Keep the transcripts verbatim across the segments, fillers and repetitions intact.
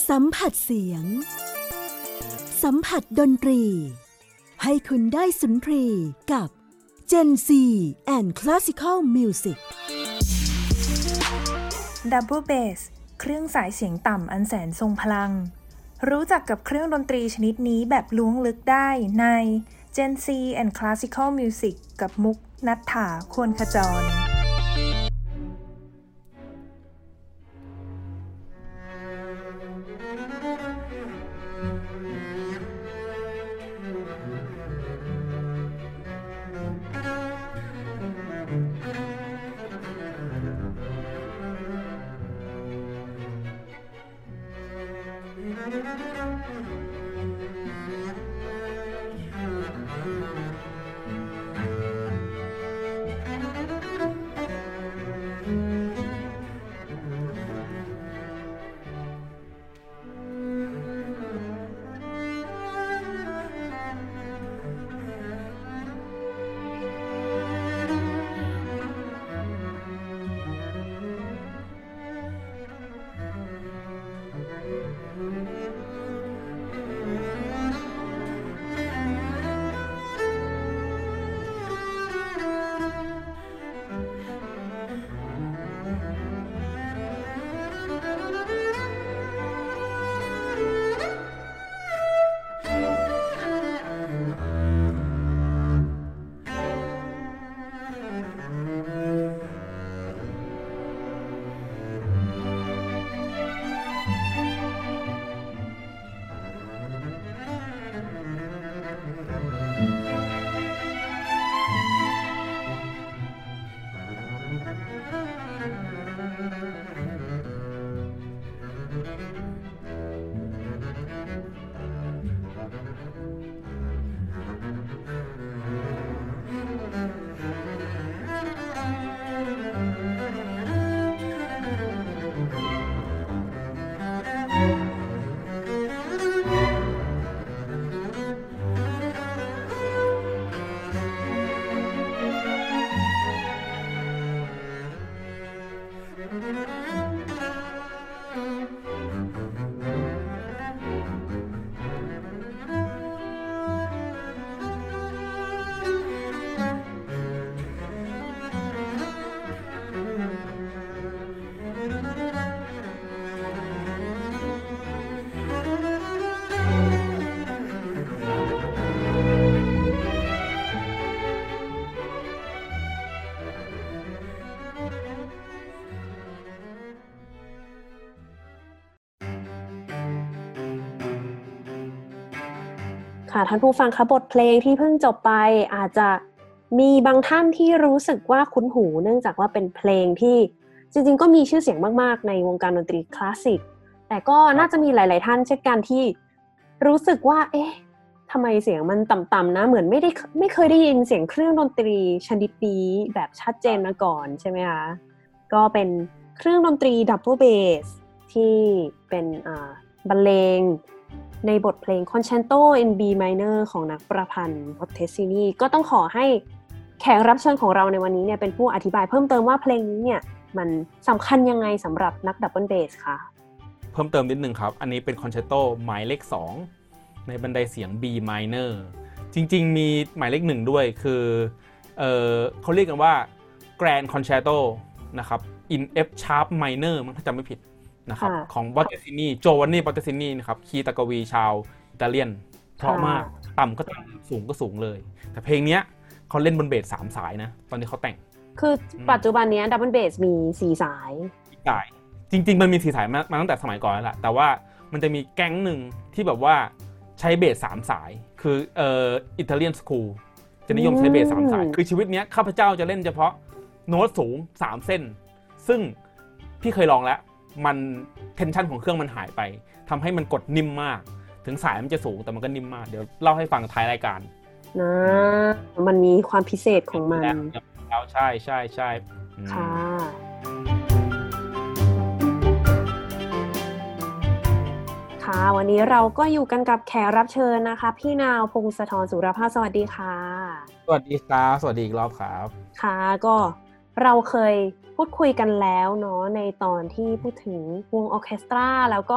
สัมผัสเสียงสัมผัสดนตรีให้คุณได้สุนทรีกับ Gen Z and Classical Music Double Bass เครื่องสายเสียงต่ำอันแสนทรงพลังรู้จักกับเครื่องดนตรีชนิดนี้แบบล้วงลึกได้ใน Gen Z and Classical Music กับมุกณัฐฐา ควรขจรค่ะท่านผู้ฟังคะบทเพลงที่เพิ่งจบไปอาจจะมีบางท่านที่รู้สึกว่าคุ้นหูเนื่องจากว่าเป็นเพลงที่จริงๆก็มีชื่อเสียงมากๆในวงการดนตรีคลาสสิกแต่ก็น่าจะมีหลายๆท่านเช่นกันที่รู้สึกว่าเอ๊ะทำไมเสียงมันต่ำๆนะเหมือนไม่ได้ไม่เคยได้ยินเสียงเครื่องดนตรีชนิดนี้แบบชัดเจนมาก่อนใช่ไหมคะก็เป็นเครื่องดนตรีดับเบิลเบสที่เป็นอ่าบรรเลงในบทเพลง Concerto in B minor ของนักประพันธ์ Bottesini ก็ต้องขอให้แขกรับเชิญของเราในวันนี้เนี่ยเป็นผู้อธิบายเพิ่มเติมว่าเพลงนี้เนี่ยมันสำคัญยังไงสำหรับนักดับเบิลเบสคะเพิ่มเติมนิดนึงครับอันนี้เป็น Concerto หมายเลขสองในบันไดเสียง B minor จริงๆมีหมายเลขหนึ่งด้วยคือเอ่อเขาเรียกกันว่า Grand Concerto นะครับ in F sharp minor มั้งถ้าจำไม่ผิดนะครับของบอตเตซินีโจวานนี่บอตเตซินีนะครับคีตากวีชาวอิตาเลียนเพราะมากต่ำก็ต่ำสูงก็สูงเลยแต่เพลงเนี้ยเขาเล่นบนเบสสามสายนะตอนที่เขาแต่งคือปัจจุบันนี้ดับเบิลเบสมีสี่สายสายจริงๆมันมีสี่สายมามาตั้งแต่สมัยก่อนแล้วแหละแต่ว่ามันจะมีแก๊งหนึ่งที่แบบว่าใช้เบสสามสายคือเอ่ออิตาเลียนสคูลจะนิยมใช้เบสสามสายคือชีวิตเนี้ยข้าพเจ้าจะเล่นเฉพาะโน้ตสูงสามเส้นซึ่งพี่เคยลองแล้วมันเทนชันของเครื่องมันหายไปทำให้มันกดนิ่มมากถึงสายมันจะสูงแต่มันก็นิ่มมากเดี๋ยวเล่าให้ฟังท้ายรายการนะมันมีความพิเศษของมันแล้วใช่ใช่ใช่ค่ะ ค่ะวันนี้เราก็อยู่กันกับแขกรับเชิญนะคะพี่นาวพงศธรสุรภาสสวัสดีค่ะสวัสดีครับสวัสดีอีกรอบครับค่ะก็เราเคยพูดคุยกันแล้วเนาะในตอนที่พูดถึงวงออร์เคสตราแล้วก็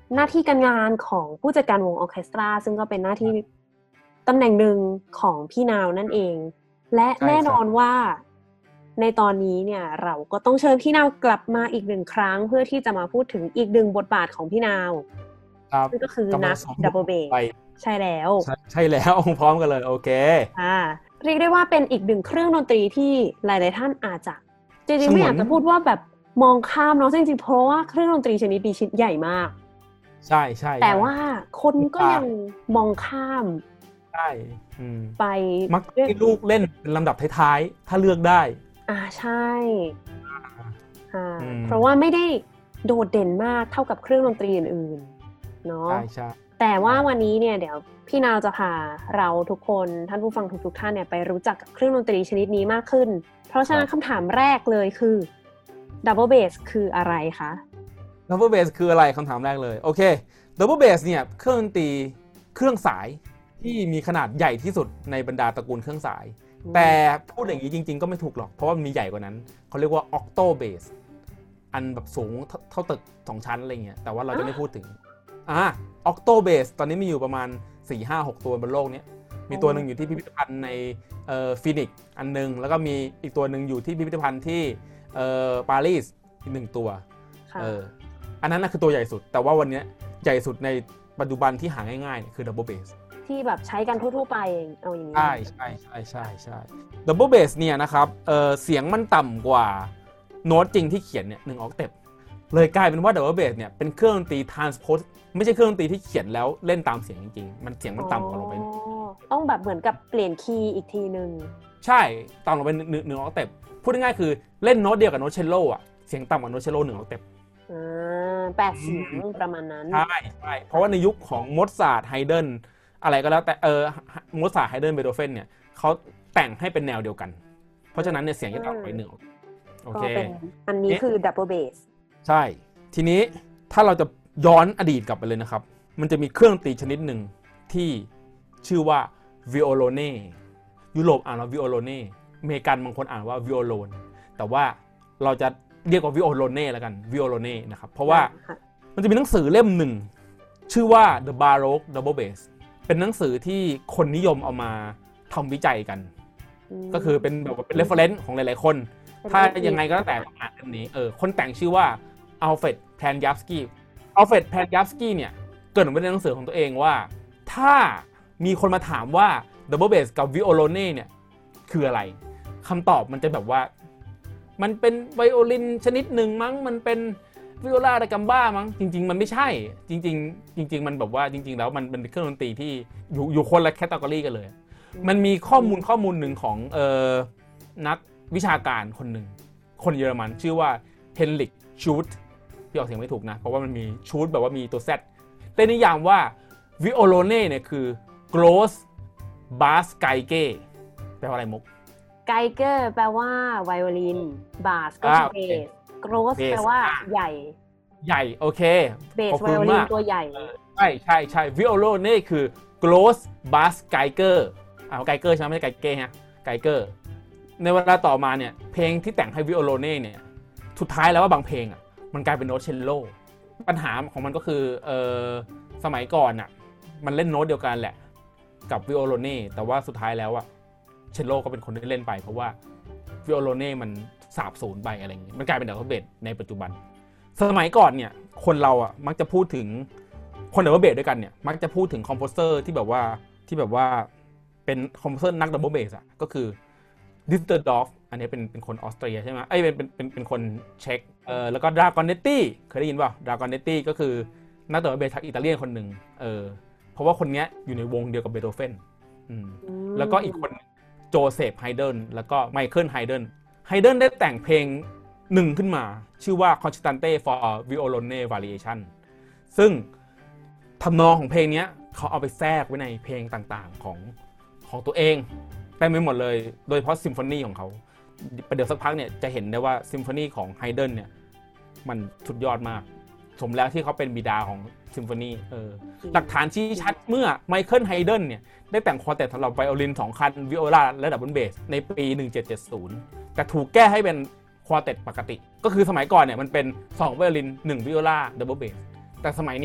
หน้าที่การงานของผู้จัดการวงออร์เคสตราซึ่งก็เป็นหน้าที่ตำแหน่งหนึ่งของพี่นาวนั่นเอง และแน่นอนว่าในตอนนี้เนี่ยเราก็ต้องเชิญพี่นาวกลับมาอีกหนึ่งครั้งเพื่อที่จะมาพูดถึงอีกหนึ่งบทบาทของพี่นาวนั่นก็คือนักดับเบิลเบสใช่แล้วใช่แล้วพร้อมกันเลยโอเคอ่าเรียกได้ว่าเป็นอีกหนึ่งเครื่องดนตรีที่หลายๆท่านอาจจะจริงๆไม่อยากจะพูดว่าแบบมองข้ามเนาะจริงๆเพราะว่าเครื่องดนตรีชนิดนี้ชิ้นใหญ่มากใช่ใช่แต่ว่าคนก็ยังมองข้ามใช่ไปมักให้ลูกเล่นเป็นลำดับท้ายๆถ้าเลือกได้อ่าใช่อ่าเพราะว่าไม่ได้โดดเด่นมากเท่ากับเครื่องดนตรีอื่นๆเนาะใช่ใช่แต่ว่าวันนี้เนี่ยเดี๋ยวพี่นาวจะพาเราทุกคนท่านผู้ฟังทุกๆท่านเนี่ยไปรู้จักกับเครื่องดนตรีชนิดนี้มากขึ้นเพราะฉะนั้นคำถามแรกเลยคือดับเบิลเบสคืออะไรคะดับเบิลเบสคืออะไรคำถามแรกเลยโอเคดับเบิลเบสเนี่ยเครื่องดนตรีเครื่องสายที่มีขนาดใหญ่ที่สุดในบรรดาตระกูลเครื่องสายแต่พูดอย่างนี้จริงๆก็ไม่ถูกหรอกเพราะว่ามีใหญ่กว่านั้นเขาเรียกว่าออกโตเบสอันแบบสูงเท่าตึกสองชั้นอะไรเงี้ยแต่ว่าเราจะไม่พูดถึงอ่าออกโตเบสตอนนี้มีอยู่ประมาณ สี่ ห้า หก ตัวบนโลกนี้มีตัวหนึ่งอยู่ที่พิพิธภัณฑ์ในเอ่อฟินิกซ์อันนึงแล้วก็มีอีกตัวหนึ่งอยู่ที่พิพิธภัณฑ์ที่เอ่อปารีสอีกหนึ่งตัวเอออันนั้นน่ะคือตัวใหญ่สุดแต่ว่าวันนี้ใหญ่สุดในปัจจุบันที่หาง่ายๆคือดับเบิลเบสที่แบบใช้กันทั่วๆไปเองเอาอย่างนี้ใช่ใช่ใช่ใช่ใช่ดับเบิลเบสเนี่ยนะครับเออเสียงมันต่ำกว่าโน้ตจริงที่เขียนเนี่ยหนึ่งออกเทปเลยกลายเป็นว่าดับเบิลเบสเนี่ยเป็นเครื่องดนตรีทรานสโพสไม่ใช่เครื่องดนตรีที่เขียนแล้วเล่นตามเสียงจริงๆมันเสียงมันต่ำกว่าลงไปต้องแบบเหมือนกับเปลี่ยนคีย์อีกทีนึงใช่ต่ำลงไปหนึ่งหนึ่งออกเทปพูดง่ายๆคือเล่นโน้ตเดียวกับโน้ตเชลโลอ่ะเสียงต่ำกว่าโน้ตเชลโลหนึ่งออกเทปอ่าแปดเสียงประมาณนั้นใช่ใช่เพราะว่าในยุคของโมซาร์ทไฮเดนอะไรก็แล้วแต่เออโมซาร์ทไฮเดนเบโธเฟนเนี่ยเขาแต่งให้เป็นแนวเดียวกันเพราะฉะนั้นเนี่ยเสียงจะต่ำไปหนึ่งโอเคอันนี้คือดับเบิลเบสใช่ทีนี้ถ้าเราจะย้อนอดีตกลับไปเลยนะครับมันจะมีเครื่องดนตรีชนิดหนึ่งที่ชื่อว่าวิโอโลเน่ยุโรปอ่านว่าวิโอโลเน่อเมริกันบางคนอ่านว่าวิโอโลนแต่ว่าเราจะเรียกว่าวิโอโลเน่แล้วกันวิโอโลเน่นะครับเพราะว่ามันจะมีหนังสือเล่มหนึ่งชื่อว่า The Baroque Double Bass เป็นหนังสือที่คนนิยมเอามาทำวิจัยกันก็คือเป็นแบบเป็น reference ของหลายๆคนถ้ายังไงก็แล้วแต่อ่านอันนี้เออคนแต่งชื่อว่าอัลเฟรดแพนยัฟสกี้อัลเฟรดแพนยัฟสกี้เนี่ยเกิดมาในหนังสือของตัวเองว่าถ้ามีคนมาถามว่าดับเบิลเบสกับวิโอโลเน่เนี่ยคืออะไรคำตอบมันจะแบบว่ามันเป็นไวโอลินชนิดหนึ่งมั้งมันเป็นวิโอลาดากัมบ้ามั้งจริงๆมันไม่ใช่จริงๆจริงๆมันแบบว่าจริงๆแล้วมันเป็นเครื่องดนตรีที่อยู่อยู่คนละแคตตากรีกันเลยมันมีข้อมูลข้อมูลหนึ่งของเอ่อนักวิชาการคนหนึ่งคนเยอรมันชื่อว่าเฮนริกชูตพี่ออกเสียงไม่ถูกนะเพราะว่ามันมีชูตแบบว่ามีตัว Z ได้นิยามว่าวิโอโลเน่เนี่ยคือ gross bass geige แปลว่าอะไรมุก geige แปลว่าไวโอลิน bass ก็คือ bass gross แปลว่าใหญ่ใหญ่โอเค bass ไวโอลินตัวใหญ่ใช่ใช่ใช่วิโอโลเน่คือ gross bass geige อ่า geige ใช่ไหมไม่ใช่ geige ฮะ geige ในเวลาต่อมาเนี่ยเพลงที่แต่งให้วิโอโลเน่เนี่ยสุดท้ายแล้วว่าบางเพลงอ่ะมันกลายเป็นโน้ตเชลโลปัญหาของมันก็คือเออสมัยก่อนอ่ะมันเล่นโน้ตเดียวกันแหละกับวิโอโลเน่แต่ว่าสุดท้ายแล้วอ่ะเชลโลก็เป็นคนที่เล่นไปเพราะว่าวิโอโลเน่มันสาบสูญไปอะไรอย่างงี้มันกลายเป็นดับเบิลเบสในปัจจุบันสมัยก่อนเนี่ยคนเราอ่ะมักจะพูดถึงคนดับเบิลเบสด้วยกันเนี่ยมักจะพูดถึงคอมโพเซอร์ที่แบบว่าที่แบบว่าเป็นคอมโพเซอร์นักดับเบิลเบสอ่ะก็คือดิสเตอร์ดอฟอันนี้เป็นเป็นคนออสเตรียใช่ไหมเอ้ยเป็นเป็นเป็นเป็นคนเช็กเออแล้วก็ดรากอนเนตตี้เคยได้ยินป่ะดรากอนเนตตี้ก็คือนักดับเบิลเบสอิตาเลียนคนหนึ่งเออเพราะว่าคนนี้อยู่ในวงเดียวกับเบโธเฟนอืมแล้วก็อีกคนโจเซฟไฮเดนแล้วก็ไมเคิลไฮเดนไฮเดนได้แต่งเพลงหนึ่งขึ้นมาชื่อว่า Concertante for Violone Variation ซึ่งทำนองของเพลงนี้เขาเอาไปแทรกไว้ในเพลงต่างๆของของตัวเองเต็มไปหมดเลยโดยเฉพาะซิมโฟนีของเขาประเดี๋ยวสักพักเนี่ยจะเห็นได้ว่าซิมโฟนีของไฮเดนเนี่ยมันสุดยอดมากสมแล้วที่เขาเป็นบิดาของซิมโฟนีเออหลักฐานชี้ชัดเมื่อไมเคิลไฮเดนเนี่ยได้แต่งควอเต็ตสำหรับไวโอลินสองคันวิโอลาและดับเบิลเบสในปีหนึ่งเจ็ดเจ็ดศูนย์แต่ถูกแก้ให้เป็นควอเต็ตปกติก็คือสมัยก่อนเนี่ยมันเป็นสองไวโอลินหนึ่งวิโอลาดับเบิลเบสแต่สมัยเนี้ย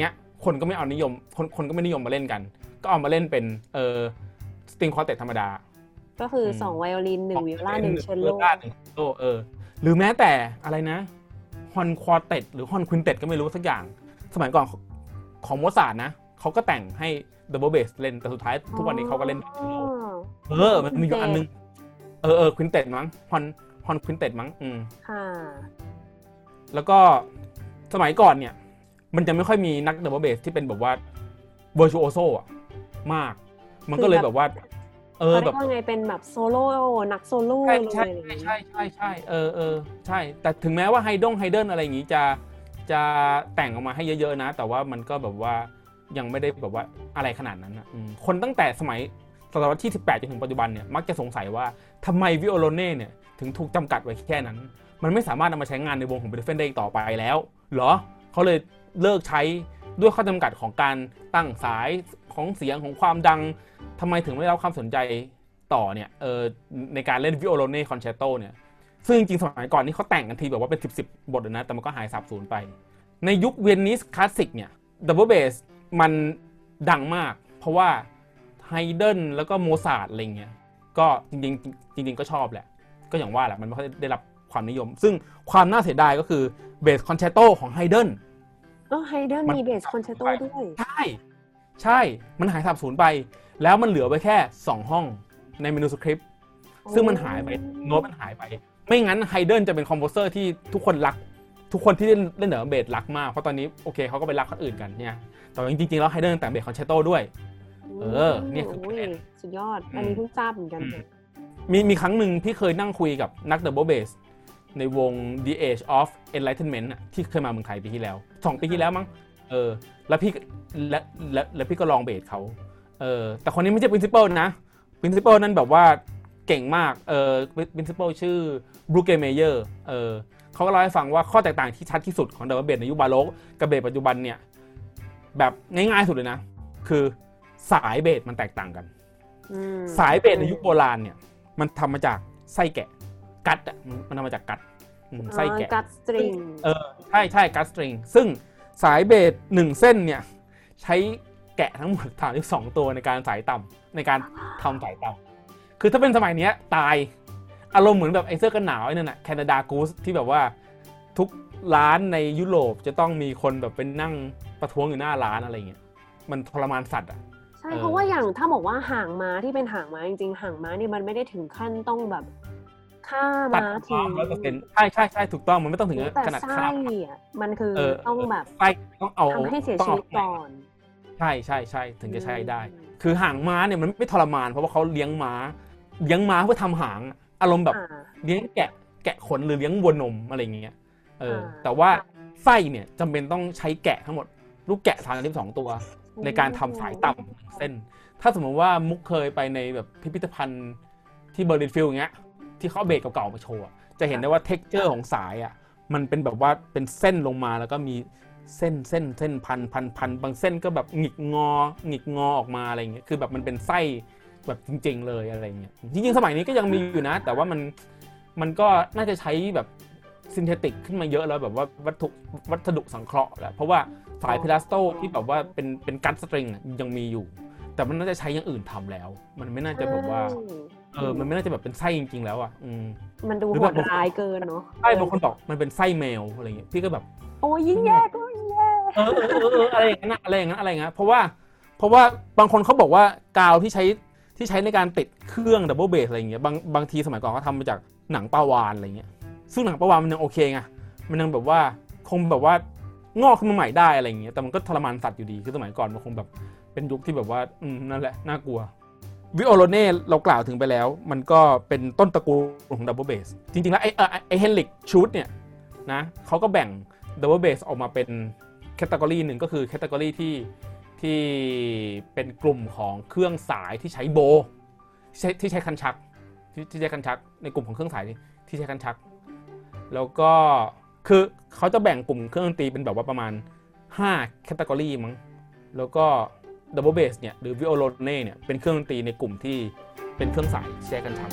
คนก็ไม่เอานิยมคนคนก็ไม่นิยมมาเล่นกันก็เอามาเล่นเป็นเอ่อสตริงควอเต็ตธรรมดาก็คือสองไวโอลินหนึ่งวิโอลาหนึ่งเชลโลเออหรือแม้แต่อะไรนะฮอนควอเต็ตหรือฮอนควินเต็ตก็ไม่รู้สักอย่างสมัยก่อนของโมซาร์ทนะเขาก็แต่งให้ดับเบิลเบสเล่นแต่สุดท้ายทุกวันนี้เขาก็เล่นเออมันมีอยู่อันนึงเออเออควินเต็ตมั้งฮอนฮอนควินเต็ตมั้งอืมค่ะแล้วก็สมัยก่อนเนี่ยมันจะไม่ค่อยมีนักดับเบิลเบสที่เป็นแบบว่าเวอร์ชูโอโซอ่ะมากมันก็เลยแบบว่าเออแบบว่าไงเป็นแบบโซโล่นักโซโล่เลยใช่ใช่ใช่ใช่เออเออใช่แต่ถึงแม้ว่าไฮดงไฮเดิลอะไรอย่างงี้จะจะแต่งออกมาให้เยอะๆนะแต่ว่ามันก็แบบว่ายังไม่ได้แบบว่าอะไรขนาดนั้นนะคนตั้งแต่สมัยศตวรรษที่สิบแปดจนถึงปัจจุบันเนี่ยมักจะสงสัยว่าทำไมวิโอโลเน่เนี่ยถึงถูกจำกัดไว้แค่นั้นมันไม่สามารถนำมาใช้งานในวงของเบโธเฟนได้อีกต่อไปแล้วเหรอเขาเลยเลิกใช้ด้วยข้อจำกัดของการตั้งสายของเสียงของความดังทำไมถึงไม่ได้รับความสนใจต่อเนี่ยเออในการเล่นวิโอโลเน่คอนแชร์โตเนี่ยซึ่งจริงๆสมัยก่อนนี่เขาแต่งกันทีแบบว่าเป็นสิบสิบบทเลยนะแต่มันก็หายสาบสูญไปในยุคเวียนนิสคลาสสิกเนี่ยดับเบิลเบสมันดังมากเพราะว่าไฮเดนแล้วก็โมซาร์ทอะไรเงี้ยก็จริงๆจริงๆก็ชอบแหละก็อย่างว่าแหละมันไม่ค่อยได้รับความนิยมซึ่งความน่าเสียดายก็คือเบสคอนแชร์โตของไฮเดนเออไฮเดนมีเบสคอนแชร์โตด้วยใช่ใช่มันหายสาบสูญไปแล้วมันเหลือไว้แค่สองห้องในเมนูสคริปต์ซึ่งมันหายไปโน้ตมันหายไปไม่งั้นไฮเดนจะเป็นคอมโพเซอร์ที่ทุกคนรักทุกคนที่เล่นเล่นเดอะเบสรักมากเพราะตอนนี้โอเคเขาก็ไปรักคนอื่นกันเนี่ยแต่จริงๆแล้วไฮเดนแต่งเบสคอนแชร์โตด้วยเออเนี่ยคือสุดยอดอันนี้เพิ่งทราบเหมือนกันมีมีครั้งหนึ่งพี่เคยนั่งคุยกับนักดับเบิลเบสในวง The Age of Enlightenment ที่เคยมาเมืองไทยปีที่แล้วสองปีที่แล้วมั้งเออแล้วพี่และและแล้วพี่ก็ลองเบสเขาเออแต่คนนี้ไม่ใช่ principal นะ principal นั่นแบบว่าเก่งมากเออ principal ชื่อบรูเกเมเยอร์เออเขาก็เล่าให้ฟังว่าข้อแตกต่างที่ชัดที่สุดของดับเบิลเบสในยุคบาโรกกับเบสปัจจุบันเนี่ยแบบง่ายๆสุดเลยนะคือสายเบสมันแตกต่างกันสายเบสในยุคโบราณเนี่ยมันทำมาจากไส้แกะกัดอ่ะมันทำมาจากกัดไส้แกะกัดสตริงเออใช่ใช่กัดสตริงซึ่งสายเบสหนึ่งเส้นเนี่ยใช้แกะทั้งหมดสามสิบสองตัวในการสายต่ำในการทำสายต่ำคือถ้าเป็นสมัยนี้ตายอารมณ์เหมือนแบบไอเสื้อกันหนาวไอ้นั่นน่ะแคนาดากูสที่แบบว่าทุกร้านในยุโรปจะต้องมีคนแบบเป็นนั่งประท้วงอยู่หน้าร้านอะไรเงี้ยมันทรมานสัตว์อ่ะใช่เพราะว่าอย่างถ้าบอกว่าหางม้าที่เป็นหางม้าจริงๆหางม้านี่มันไม่ได้ถึงขั้นต้องแบบฆ่าม้าทิ้งใช่ใช่ใช่ถูกต้องมันไม่ต้องถึงขนาดฆ่ามันคือต้องแบบต้องเอาทำให้เสียชีวิตก่อนใช่ใช่ใช่ถึงจะใช้ได้คือหางม้าเนี่ยมันไม่ทรมานเพราะว่าเขาเลี้ยงม้าเลี้ยงม้าเพื่อทำหางอารมณ์แบบเลี้ยงแกะแกะขนหรือเลี้ยงวัวนมอะไรอย่างเงี้ยเออแต่ว่าไส้เนี่ยจำเป็นต้องใช้แกะทั้งหมดลูกแกะสามสิบสองตัวในการทำสายต่ำเส้นถ้าสมมติว่ามุกเคยไปในแบบพิพิธภัณฑ์ที่เบอร์ลินฟิลด์อย่างเงี้ยที่เขาเบสเก่าๆมาโชว์จะเห็นได้ว่าเท็กเจอร์ของสายอ่ะมันเป็นแบบว่าเป็นเส้นลงมาแล้วก็มีเส้นเส้นเส้นพันพันพันบางเส้นก็แบบหงิกงอหงิกงอออกมาอะไรเงี้ยคือแบบมันเป็นไส้แบบจริงๆเลยอะไรเงี้ยจริงๆสมัยนี้ก็ยังมีอยู่นะแต่ว่ามันมันก็น่าจะใช้แบบซินเทติกขึ้นมาเยอะแล้วแบบว่าวัตถุวัสดุสังเคราะห์แหละเพราะว่าสายพลาสโตที่แบบว่าเป็นเป็นกัดสตริงยังมีอยู่แต่มันน่าจะใช้อย่างอื่นทำแล้วมันไม่น่าจะแบบว่าเออมันไม่น่าจะแบบเป็นไส้จริงๆแล้วอ่ะอืมมันดูโหดร้ายเกินเนาะใช่บางคนบอกมันเป็นไส้แมวอะไรเงี้ยพี่ก็แบบโอ้ยิ่งแย่ก็ยิ่งแย่เออเออเอออะไรอย่างนั้นอะไรอย่างนั้นอะไรอย่างนั้นเพราะว่าเพราะว่าบางคนเขาบอกว่ากาวที่ใช้ที่ใช้ในการติดเครื่องดับเบิลเบสอะไรอย่างเงี้ยบางบางทีสมัยก่อนเขาทำมาจากหนังปลาวาฬอะไรเงี้ยซึ่งหนังปลาวาฬมันยังโอเคไงมันยังแบบว่าคงแบบว่างอกขึ้นมาใหม่ได้อะไรอย่างเงี้ยแต่มันก็ทรมานสัตว์อยู่ดีคือสมัยก่อนมันคงแบบเป็นยุคที่แบบว่าอืมนั่นแหละน่ากลัววิโอโลเน่เรากล่าวถึงไปแล้วมันก็เป็นต้นตระกูลของดับเบิลเบสจริงๆแล้วไอ้ไอ้เฮนริกชูดเนี่ยนะเขาก็แบ่งดับเบิลเบสออกมาเป็นแคตตากรีหนึ่งก็คือแคตตากรีที่ที่เป็นกลุ่มของเครื่องสายที่ใช้โบที่ใช้ที่ใช้คันชักที่ใช้คันชักในกลุ่มของเครื่องสายที่ใช้คันชักแล้วก็คือเขาจะแบ่งกลุ่มเครื่องดนตรีเป็นแบบว่าประมาณห้าแคตตากรีมั้งแล้วก็ดับเบิลเบสเนี่ยหรือวิโอโลเน่เนี่ยเป็นเครื่องดนตรีในกลุ่มที่เป็นเครื่องสายใช้กันชัก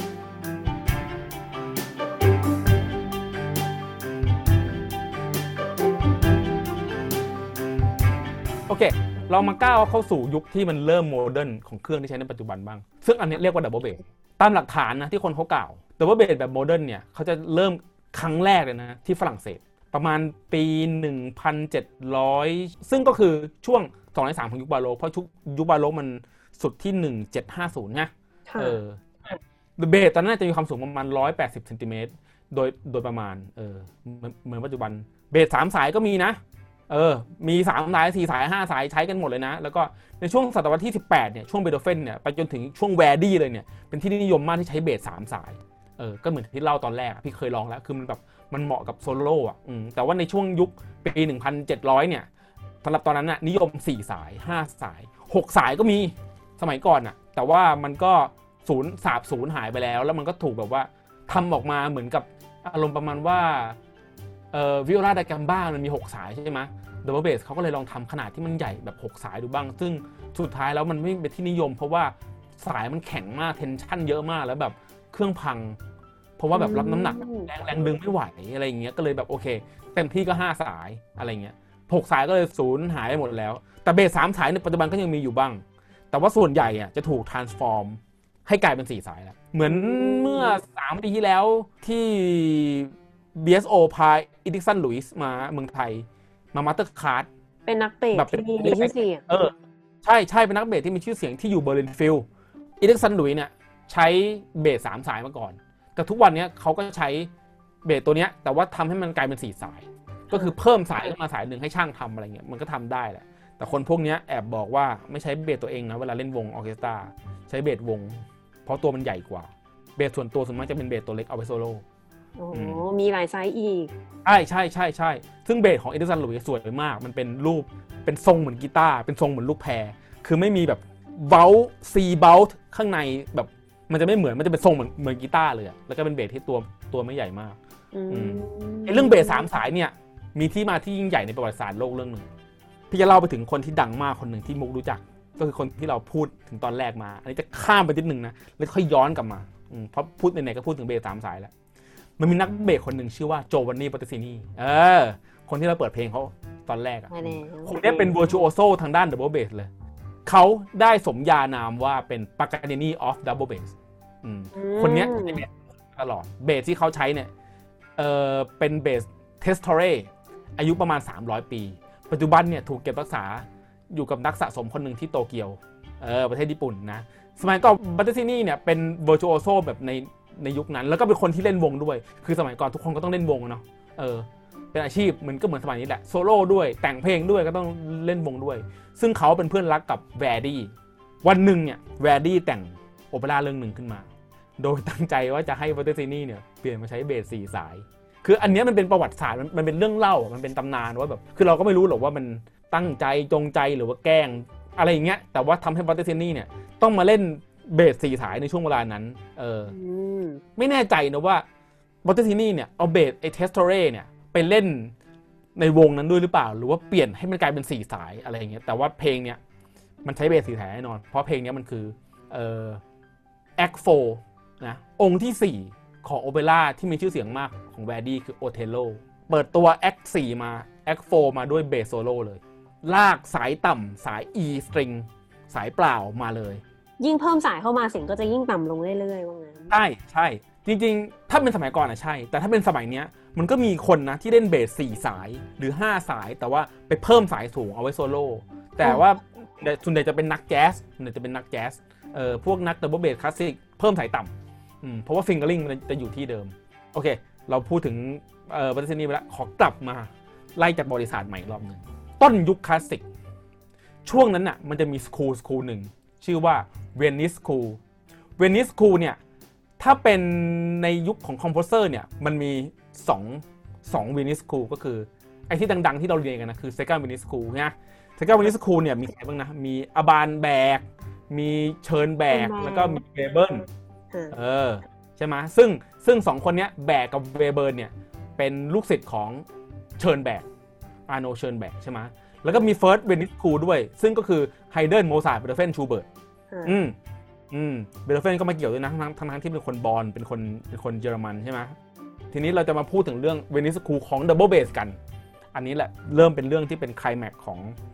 โอเคเรามาก้าวเข้าสู่ยุคที่มันเริ่มโมเดิร์นของเครื่องที่ใช้ในปัจจุบันบ้างซึ่งอันนี้เรียกว่าดับเบิลเบสตามหลักฐานนะที่คนเขากล่าวดับเบิลเบสแบบโมเดิร์นเนี่ยเขาจะเริ่มครั้งแรกเลยนะที่ฝรั่งเศสประมาณปีหนึ่งพันเจ็ดร้อยซึ่งก็คือช่วงสองในสามของยุคบาโรกเพราะยุคบาโรกมันสุดที่หนึ่งพันเจ็ดร้อยห้าสิบนะเออเบสตอนนั้นจะมีความสูงประมาณหนึ่งร้อยแปดสิบเซนติเมตรโดยโดยประมาณเออเหมือนปัจจุบันเบสสามสายก็มีนะเออมีสามสายสี่สายห้าสายใช้กันหมดเลยนะแล้วก็ในช่วงศตวรรษที่สิบแปดเนี่ยช่วงเบโธเฟนเนี่ยไปจนถึงช่วงแวร์ดี้เลยเนี่ยเป็นที่นิยมมากที่ใช้เบสสามสายเออก็เหมือนที่เล่าตอนแรกพี่เคยลองแล้วคือมันแบบมันเหมาะกับโซโล่อ่ะอืมแต่ว่าในช่วงยุคปีหนึ่งพันเจ็ดร้อยเนี่ยสำหรับตอนนั้นน่ะนิยมสี่สายห้าสายหกสายก็มีสมัยก่อนน่ะแต่ว่ามันก็สูญสาบสูญหายไปแล้วแล้วมันก็ถูกแบบว่าทำออกมาเหมือนกับอารมณ์ประมาณว่าเอ่อวิโอลาไดแกมบ้ามันมีหกสายใช่ไหมดับเบิลเบสเขาก็เลยลองทำขนาดที่มันใหญ่แบบหกสายดูบ้างซึ่งสุดท้ายแล้วมันไม่เป็นที่นิยมเพราะว่าสายมันแข็งมากเทนชั่นเยอะมากแล้วแบบเครื่องพังเพราะว่าแบบรับน้ำหนักแรงแรงดึงไม่ไหวอะไรอย่างเงี้ยก็เลยแบบโอเคเต็มที่ก็ห้าสายอะไรเงี้ยหกสายก็เลยสูญหายไปหมดแล้วแต่เบสสามสายในปัจจุบันก็ยังมีอยู่บ้างแต่ว่าส่วนใหญ่อ่ะจะถูก transform ให้กลายเป็นสี่สายแล้วเหมือนเมื่อสามปีที่แล้วที่ บี เอส โอ พาอีดิสันลุยส์มาเมืองไทยมามาสเตอร์คาร์ดเป็นนักเบสที่มีชื่อเสียงเออใช่ใช่เป็นนักเบสที่มีชื่อเสียงที่อยู่เบอร์ลินฟิลด์อีดิสันลุยส์เนี่ยใช้เบสสามสายมาก่อนแต่ทุกวันนี้เขาก็ใช้เบสตัวเนี้ยแต่ว่าทำให้มันกลายเป็นสี่สายก็คือเพิ่มสายขึ้นมาสายหนึ่งให้ช่างทำอะไรเงี้ยมันก็ทำได้แหละแต่คนพวกนี้แอบบอกว่าไม่ใช้เบสตัวเองนะเวลาเล่นวงออร์เคสตราใช้เบสวงเพราะตัวมันใหญ่กว่าเบสส่วนตัวส่วนมากจะเป็นเบสตัวเล็กเอาไว้โซโล่โอ้มีหลายไซส์อีกใช่ใช่ใช่ใช่ซึ่งเบสของเอดิสันหลุยส์สวยมากมันเป็นรูปเป็นทรงเหมือนกีตาร์เป็นทรงเหมือนลูกแพรคือไม่มีแบบเบลซีเบลข้างในแบบมันจะไม่เหมือนมันจะเป็นทรงเหมือนเหมือนกีตาร์เลยแล้วก็เป็นเบสที่ตัวตัวไม่ใหญ่มากไอ้เรื่องเบสสามสายเนี่ยมีที่มาที่ยิ่งใหญ่ในประวัติศาสตร์โลกเรื่องหนึ่งพี่จะเล่าไปถึงคนที่ดังมากคนหนึ่งที่มุกรู้จักก็คือคนที่เราพูดถึงตอนแรกมาอันนี้จะข้ามไปนิดนึงนะแล้วค่อยย้อนกลับมาเพราะพูดไหนๆก็พูดถึงเบสสามสายแล้วมันมีนักเบสคนหนึ่งชื่อว่าโจวานนี่ปอตติซินีเออคนที่เราเปิดเพลงเขาตอนแรกอ่ะคนนี้เป็น virtuoso ทางด้านดับเบิลเบสเลยเขาได้สมญานามว่าเป็น Paganini of Double Bass คนนี้ใช้เบสตลอดเบสที่เขาใช้เนี่ยเออเป็นเบสเทสทอเรอายุประมาณสามร้อยปีปัจจุบันเนี่ยถูกเก็บรักษาอยู่กับนักสะสมคนหนึ่งที่โตเกียวเออประเทศญี่ปุ่นนะสมัยก่อนปอตติซินีเนี่ยเป็น virtuoso แบบในในยุคนั้นแล้วก็เป็นคนที่เล่นวงด้วยคือสมัยก่อนทุกคนก็ต้องเล่นวงเนาะเออเป็นอาชีพมันก็เหมือนสมัยนี้แหละโซโล่ด้วยแต่งเพลงด้วยก็ต้องเล่นวงด้วยซึ่งเขาเป็นเพื่อนรักกับแวร์ดี้วันหนึ่งเนี่ยแวร์ดี้แต่งโอเปร่าเรื่องหนึ่งขึ้นมาโดยตั้งใจว่าจะให้ปอตติซินีเนี่ยเปลี่ยนมาใช้เบสสี่สายคืออันนี้มันเป็นประวัติศาสตร์มันเป็นเรื่องเล่ามันเป็นตำนานว่าแบบคือเราก็ไม่รู้หรอกว่ามันตั้งใจจงใจหรือว่าแกล้งอะไรอย่างเงี้ยแต่ว่าทำให้ปอตติซินีเนี่ยต้องมาเล่นเบสสี่สายในช่วงเวลานั้นเออไม่แน่ใจนะว่าปอตติซินีเนี่ยเอาเบสไอเทสโทเรเนี่ยไปเล่นในวงนั้นด้วยหรือเปล่าหรือว่าเปลี่ยนให้มันกลายเป็นสี่สายอะไรอย่างเงี้ยแต่ว่าเพลงเนี้ยมันใช้เบสสี่สายแน่นอนเพราะเพลงนี้มันคือเอ่อแอคโฟนะองค์ที่สี่ของโอเปร่าที่มีชื่อเสียงมากของแวร์ดี้คือโอเทโลเปิดตัวแอคสี่มาแอคโฟมาด้วยเบสโซโล่เลยลากสายต่ำสาย E string สายเปล่ามาเลยยิ่งเพิ่มสายเข้ามาเสียงก็จะยิ่งต่ำลงเรื่อยๆว่างั้นใช่ใช่จริงๆถ้าเป็นสมัยก่อนอ่ะใช่แต่ถ้าเป็นสมัยเนี้ยมันก็มีคนนะที่เล่นเบสสี่สายหรือห้าสายแต่ว่าไปเพิ่มสายสูงเอาไว้โซโล่แต่ว่าส่วนใหญ่จะเป็นนักแจ๊สส่วนใหญ่จะเป็นนักแจ๊สเอ่อพวกนักดับเบิลเบสคลาสสิกเพิ่มสายต่ำอืมเพราะว่าฟิงเกอร์ลิงมันจะอยู่ที่เดิมโอเคเราพูดถึงเอ่อปอตติซินีไปแล้วขอกลับมาไล่จากบริษัทใหม่รอบนึงต้นยุคคลาสสิกช่วงนั้นน่ะมันจะมีสคูลสคูลหนึ่งชื่อว่าเวนิสสคูลเวนิสสคูลเนี่ยถ้าเป็นในยุคของคอมโพเซอร์เนี่ยมันมีสองสองเวนิสสคูลก็คือไอ้ที่ดังๆที่เราเรียนกันนะคือเซคันด์เวนิสสคูลนะเซคันด์เวนิสสคูลเนี่ยมีใครบ้างนะมีอบานแบกมีเชิญแบกแล้วก็มีเวเบิร์นเออใช่ไหมซึ่งซึ่งสองคนนี้แบกกับเวเบิร์นเนี่ยเป็นลูกศิษย์ของเชิญแบกอาร์โนเชิญแบกใช่ไหมแล้วก็มีเฟิร์สเวนิสสคูลด้วยซึ่งก็คือไฮเดนโมซาร์ทเบโธเฟนชูเบิร์ตอืมอืมเบโธเฟนก็มาเกี่ยวด้วยนะทั้งทั้งที่เป็นคนบอลเป็นคนเป็นคนเยอรมันใช่ไหมทีนี้เราจะมาพูดถึงเรื่องเวนิสสคูลของดับเบิลเบสกันอันนี้แหละเริ่มเป็นเรื่องที่เป็นไคลแม็กซ์ของ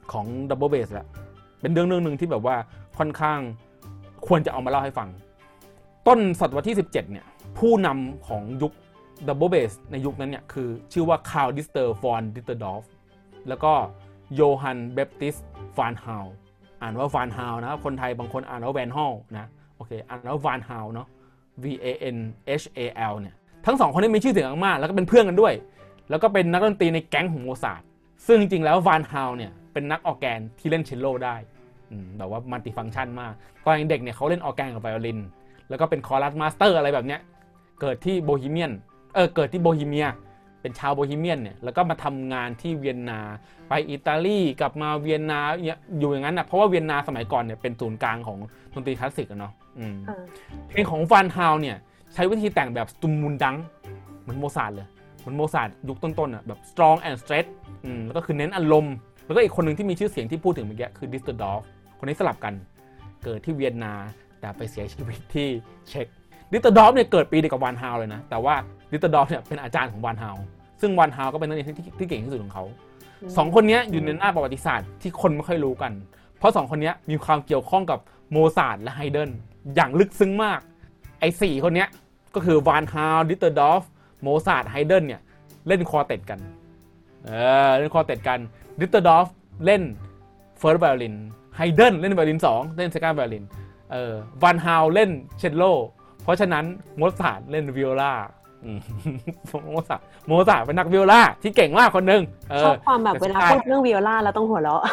ของ Double Bass แหละเป็นเรื่องเรื่องนึงที่แบบว่าค่อนข้างควรจะเอามาเล่าให้ฟังต้นศตวรรษที่สิบเจ็ดเนี่ยผู้นำของยุค Double Bass ในยุคนั้นเนี่ยคือชื่อว่า Carl Dieter von Ditterdorf แล้วก็ Johann Baptist van Hal อ่านว่า van Hal นะคนไทยบางคนอ่านว่า van Hal นะโอเคอ่านว่า van Hal เนาะ V A N H A L เนี่ยทั้งสองคนนี้มีชื่อเสียงมากแล้วก็เป็นเพื่อนกันด้วยแล้วก็เป็นนักดนตรีในแก๊งของโมซาร์ทซึ่งจริงๆแล้ว van Hal เนี่ยเป็นนักออร์แกนที่เล่นเชลโลได้แบบว่ามัลติฟังก์ชันมากตอนเด็กเนี่ยเขาเล่นออร์แกนกับไวโอลินแล้วก็เป็นคอรัสมาสเตอร์อะไรแบบเนี้ยเกิดที่โบฮีเมียนเออเกิดที่โบฮีเมียเป็นชาวโบฮีเมียนเนี่ยแล้วก็มาทำงานที่เวียนนาไปอิตาลีกลับมาเวียนนาอยู่อย่างนั้นนะเพราะว่าเวียนนาสมัยก่อนเนี่ยเป็นศูนย์กลางของดนตรีคลาสสิกเนาะเพลงของฟานฮาวเนี่ยใช้วิธีแต่งแบบสตูมมุนดังเหมือนโมซาร์ทเลยเหมือนโมซาร์ทยุคต้นๆอ่ะแบบ strong and straight อืมแล้วก็คือเน้นอารมณ์แล้วก็อีกคนหนึ่งที่มีชื่อเสียงที่พูดถึงเมื่อกี้คือดิสเตอร์ดอฟคนนี้สลับกันเกิดที่เวียนนาแต่ไปเสียชีวิตที่เช็กดิสเตอร์ดอฟเนี่ยเกิดปีเดียวกับวานฮาวเลยนะแต่ว่าดิสเตอร์ดอฟเนี่ยเป็นอาจารย์ของวานฮาวซึ่งวานฮาวก็เป็นนักเรียนที่ที่เก่งที่สุดของเขาสองคนนี้อยู่ในหน้าประวัติศาสตร์ที่คนไม่ค่อยรู้กันเพราะสองคนนี้มีความเกี่ยวข้องกับโมซาร์ทและไฮเดนอย่างลึกซึ้งมากไอ้สี่คนนี้ก็คือวานฮาวดิสเตอร์ดอฟโมซาร์ทไฮเดนเนี่ยเล่นคอร์เต็ตกันเออเล่นคอร์เต็ตกันดิสเตอร์ดอฟเล่นเฟิร์สไวโอลินไฮเดนเล่นไวโอลินสองเล่นเซคันด์ไวโอลินเอ่อวานฮาวเล่นเชลโลเพราะฉะนั้นโมซาร์ทเล่นวิโอลาโมซาร์ทโมซาร์ทเป็นนักวิโอลาที่เก่งมากคนนึงชอบความแบบเวลาพูดเรื่องวิโอลาแล้วต้องหัวเราะ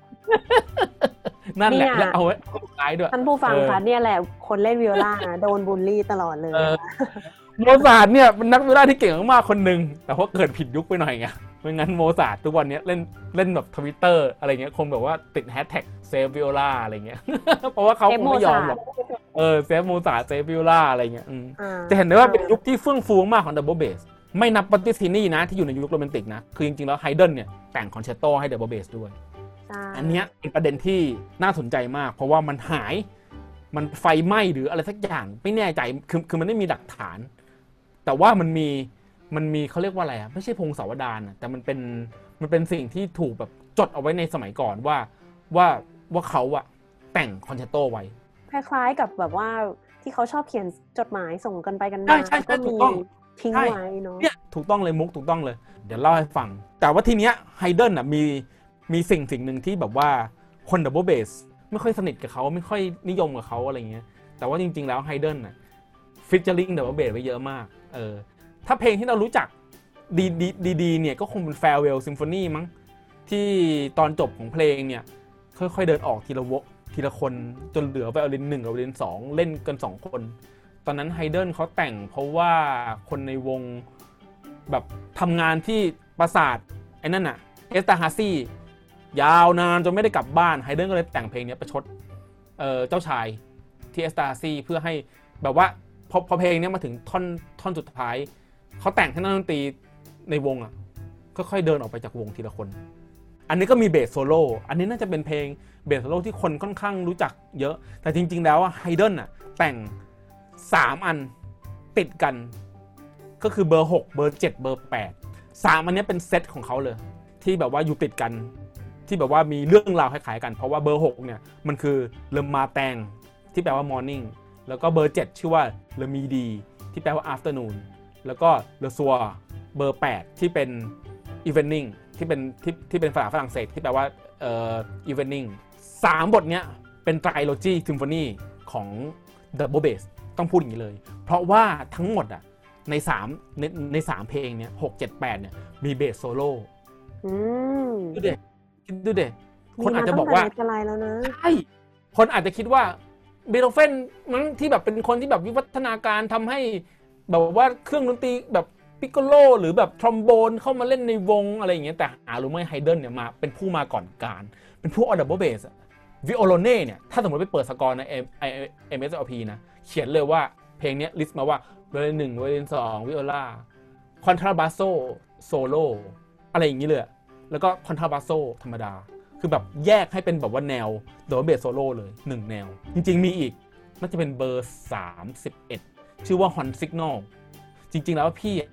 นั่นแหละแล้วเอาไว้ท้ายด้วยท่านผู้ฟังคะเนี่ยแหละคนเล่นวิโอลาโดนบูลลี่ตลอดเลยโมซาร์ทเนี่ยเป็นนักวิโอลาที่เก่งมากคนนึงแต่ว่าเกิดผิดยุคไปหน่อยไงไม่งั้นโมซาร์ททุกวันนี้เล่นเล่นแบบ Twitter อะไรเงี้ยคนแบบว่าติดแฮชแท็กเซฟวิโอลาอะไรเงี้ยเพราะว่าเขาคงไม่ยอมหรอกเออเซฟโมซาร์ทเซฟวิโอลาอะไรเงี้ยจะเห็นได้ว่าเป็นยุคที่เฟื่องฟูมากของดับเบิลเบสไม่นับบัตติสตินีนะที่อยู่ในยุคโรแมนติกนะคือจริงๆแล้วไฮเดนเนี่ยแต่งคอนแชร์โตให้ดับเบิลเบสด้วยอันเนี้ยเป็นประเด็นที่น่าสนใจมากเพราะว่ามันหายมันไฟไหม้หรืออะไรสักอย่างไม่แน่ใจคือคือมันไม่มีหลักฐานแต่ว่ามันมีมันมีเขาเรียกว่าอะไรอ่ะไม่ใช่พงศาวดารแต่มันเป็นมันเป็นสิ่งที่ถูกแบบจดเอาไว้ในสมัยก่อนว่าว่าว่าเขาอะแต่งคอนแชร์โตไว้คล้ายๆกับแบบว่าที่เขาชอบเขียนจดหมายส่งกันไปกันมาก็มีทิ้งไว้เนาะเนี่ยถูกต้องเลยมุกถูกต้องเลยเดี๋ยวเล่าให้ฟังแต่ว่าทีเนี้ยไฮเดนอ่ะมีมีสิ่งสิ่งหนึ่งที่แบบว่าคนดับเบิลเบสไม่ค่อยสนิทกับเขาไม่ค่อยนิยมกับเขาอะไรเงี้ยแต่ว่าจริงๆแล้วไฮเดนอ่ะฟิชเจอริงดับเบิลเบสไว้เยอะมากเออถ้าเพลงที่เรารู้จักดีดีดีเนี่ยก็คงเป็น Farewell Symphony มั้งที่ตอนจบของเพลงเนี่ยค่อยๆเดินออกทีละวกทีละคนจนเหลือไวโอลินหนึ่งกับไวโอลินสองเล่นกันสองคนตอนนั้นไฮเดนเขาแต่งเพราะว่าคนในวงแบบทำงานที่ปราสาทไอ้นั่นน่ะเอสตาฮาซียาวนานจนไม่ได้กลับบ้านไฮเดนก็เลยแต่งเพลงนี้ประชดเอ่อเจ้าชายที่เอสตาฮาซีเพื่อให้แบบว่าพอพอเพลงนี้มาถึงท่อนท่อนสุดท้ายเขาแต่งให้นักดนตรีในวงอ่ะค่อยๆเดินออกไปจากวงทีละคนอันนี้ก็มีเบสโซโล่อันนี้น่าจะเป็นเพลงเบสโซโล่ที่คนค่อนข้างรู้จักเยอะแต่จริงๆแล้วไฮเดนอ่ะแต่งสามอันติดกันก็คือเบอร์หกเบอร์เจ็ดเบอร์แปดสามอันนี้เป็นเซตของเขาเลยที่แบบว่าอยู่ติดกันที่แบบว่ามีเรื่องราวคล้ายๆกันเพราะว่าเบอร์หกเนี่ยมันคือเลมาแตงที่แปลว่ามอร์นิ่งแล้วก็เบอร์เจ็ดชื่อว่าเลมีดีที่แปลว่า afternoon แล้วก็เลซัวเบอร์แปดที่เป็น evening ที่เป็นที่ที่เป็นภาษาฝรั่งเศสที่แปลว่าเอ่อ evening สามบทเนี้ยเป็นไตรโลจีซิมโฟนีของ Double Bass ต้องพูดอย่างนี้เลยเพราะว่าทั้งหมดอ่ะในสามในในสามเพลงเนี้ยหก เจ็ด แปดเนี่ยมีเบสโซโล่อืมดูเด็ดูเด็คนอาจจะบอกว่าใช่คนอาจจะคิดว่าเบโธเฟนมั้งที่แบบเป็นคนที่แบบวิวัฒนาการทำให้แบบว่าเครื่องดนตรีแบบปิกโกโลหรือแบบทรอมโบนเข้ามาเล่นในวงอะไรอย่างเงี้ยแต่หารู้ไหมไฮเดนเนี่ยมาเป็นผู้มาก่อนการเป็นผู้เอาดับเบิลเบสวิโอโลเน่เนี่ยถ้าสมมติไปเปิดสกอร์ใน เอ็ม เอส แอล พี นะเขียนเลยว่าเพลงนี้ลิสต์มาว่าไวโอลินหนึ่งไวโอลินสองวิโอลาคอนทราบาโซโซโลอะไรอย่างงี้เลยแล้วก็คอนทราบาโซธรรมดาคือแบบแยกให้เป็นแบบว่าแนวดับเบิลเบสโซโล่เลยหนึ่งแนวจริงๆมีอีกน่าจะเป็นเบอร์สามสิบเอ็ดชื่อว่า Horn Signal จริงๆแล้วพี่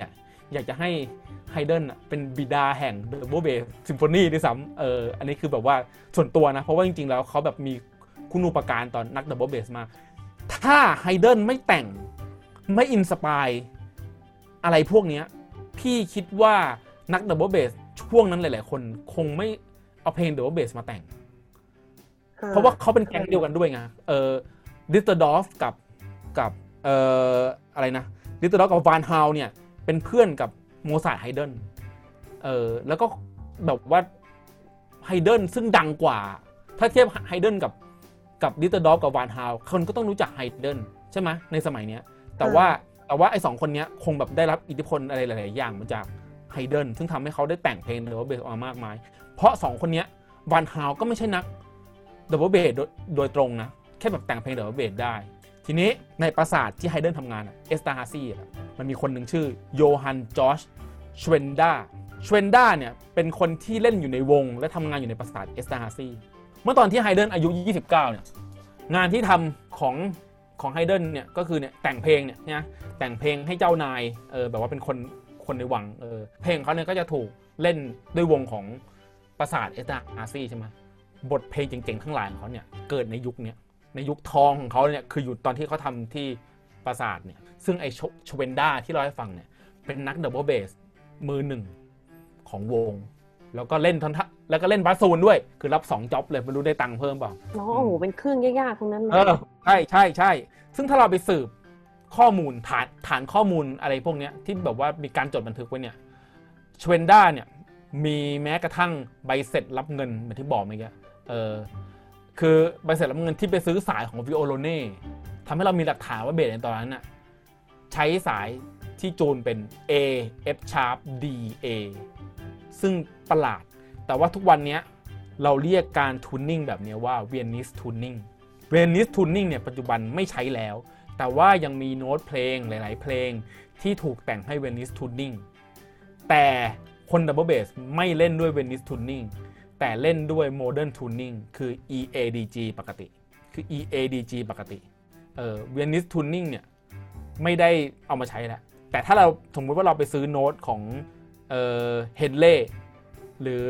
อยากจะให้ไฮเดนเป็นบิดาแห่ง Double Bass Symphony ด้วยซ้ำเอออันนี้คือแบบว่าส่วนตัวนะเพราะว่าจริงๆแล้วเขาแบบมีคุณูปการตอนนัก Double Bass มากถ้าไฮเดนไม่แต่งไม่อินสปายอะไรพวกนี้พี่คิดว่านัก Double Bass ช่วงนั้นหลายๆคนคงไม่เอาเพลง Double Bass มาแต่งเพราะว่าเขาเป็นแก๊งเดียวกันด้วยไงเออดิสเตอร์ดอฟกับกับเอ่ออะไรนะดิสเตอร์ดอฟกับวานฮาวเนี่ยเป็นเพื่อนกับโมซาร์ทไฮเดนเออแล้วก็แบบว่าไฮเดนซึ่งดังกว่าถ้าเทียบไฮเดนกับกับดิสเตอร์ดอฟกับวานฮาวคนก็ต้องรู้จักไฮเดนใช่ไหมในสมัยเนี้ยแต่ว่าแต่ว่าไอ้สองคนนี้คงแบบได้รับอิทธิพลอะไรหลายๆอย่างมาจากไฮเดนซึ่งทำให้เขาได้แต่งเพลงดับเบิลเบสออกมามากมายเพราะสองคนนี้วานฮาวก็ไม่ใช่นักดับเบิลเบสโดยตรงนะแค่แบบแต่งเพลงดับเบิลเบสได้ทีนี้ในปราสาทที่ไฮเดนทำงานเอสตาฮาซีมันมีคนหนึ่งชื่อโยฮันจอร์จชเวนดาชเวนดาเนี่ยเป็นคนที่เล่นอยู่ในวงและทำงานอยู่ในปราสาทเอสตาฮาซีเมื่อตอนที่ไฮเดนอายุยี่สิบเก้าเนี่ยงานที่ทำของของไฮเดนเนี่ยก็คือเนี่ยแต่งเพลงเนี่ยนะแต่งเพลงให้เจ้านายเออแบบว่าเป็นคนคนในวังเออเพลงเขาเนี่ยก็จะถูกเล่นด้วยวงของปราสาทเอสตาฮาซีใช่ไหมบทเพลงเจ๋งๆทั้งหลายของเขาเนี่ยเกิดในยุคนี้ในยุคทองของเขาเนี่ยคืออยู่ตอนที่เขาทำที่ปราสาทเนี่ยซึ่งไอชเวนดาที่เราให้ฟังเนี่ยเป็นนักดับเบิลเบสมือหนึ่งของวงแล้วก็เล่นทอนทแล้วก็เล่นบาสซูนด้วยคือรับสองจ็อบเลยไม่รู้ได้ตังค์เพิ่มเปล่าโอ้โหเป็นเครื่องยากๆตรงนั้นเลยเออใช่ใช่ใช่ซึ่งถ้าเราไปสืบข้อมูลฐานฐานข้อมูลอะไรพวกนี้ที่แบบว่ามีการจดบันทึกไว้เนี่ยชเวนดาเนี่ยมีแม้กระทั่งใบเสร็จรับเงินเหมือนที่บอกเมื่อกี้เออคือใบเสร็จรับเงินที่ไปซื้อสายของวิโอโลเน่ทำให้เรามีหลักฐานว่าเบสในตอนนั้นน่ะใช้สายที่จูนเป็น A F sharp D A ซึ่งประหลาดแต่ว่าทุกวันนี้เราเรียกการทูนนิ่งแบบนี้ว่า Viennese tuning Viennese tuning เนี่ยปัจจุบันไม่ใช้แล้วแต่ว่ายังมีโน้ตเพลงหลายๆเพลงที่ถูกแต่งให้ Viennese tuning แต่คนดับเบิลเบสไม่เล่นด้วย Viennese tuning แต่เล่นด้วย modern tuning คือ E A D G ปกติคือ E A D G ปกติเอ่อ Viennese tuning เนี่ยไม่ได้เอามาใช้แล้วแต่ถ้าเราสมมติว่าเราไปซื้อโน้ตของเอ่อ Henley หรือ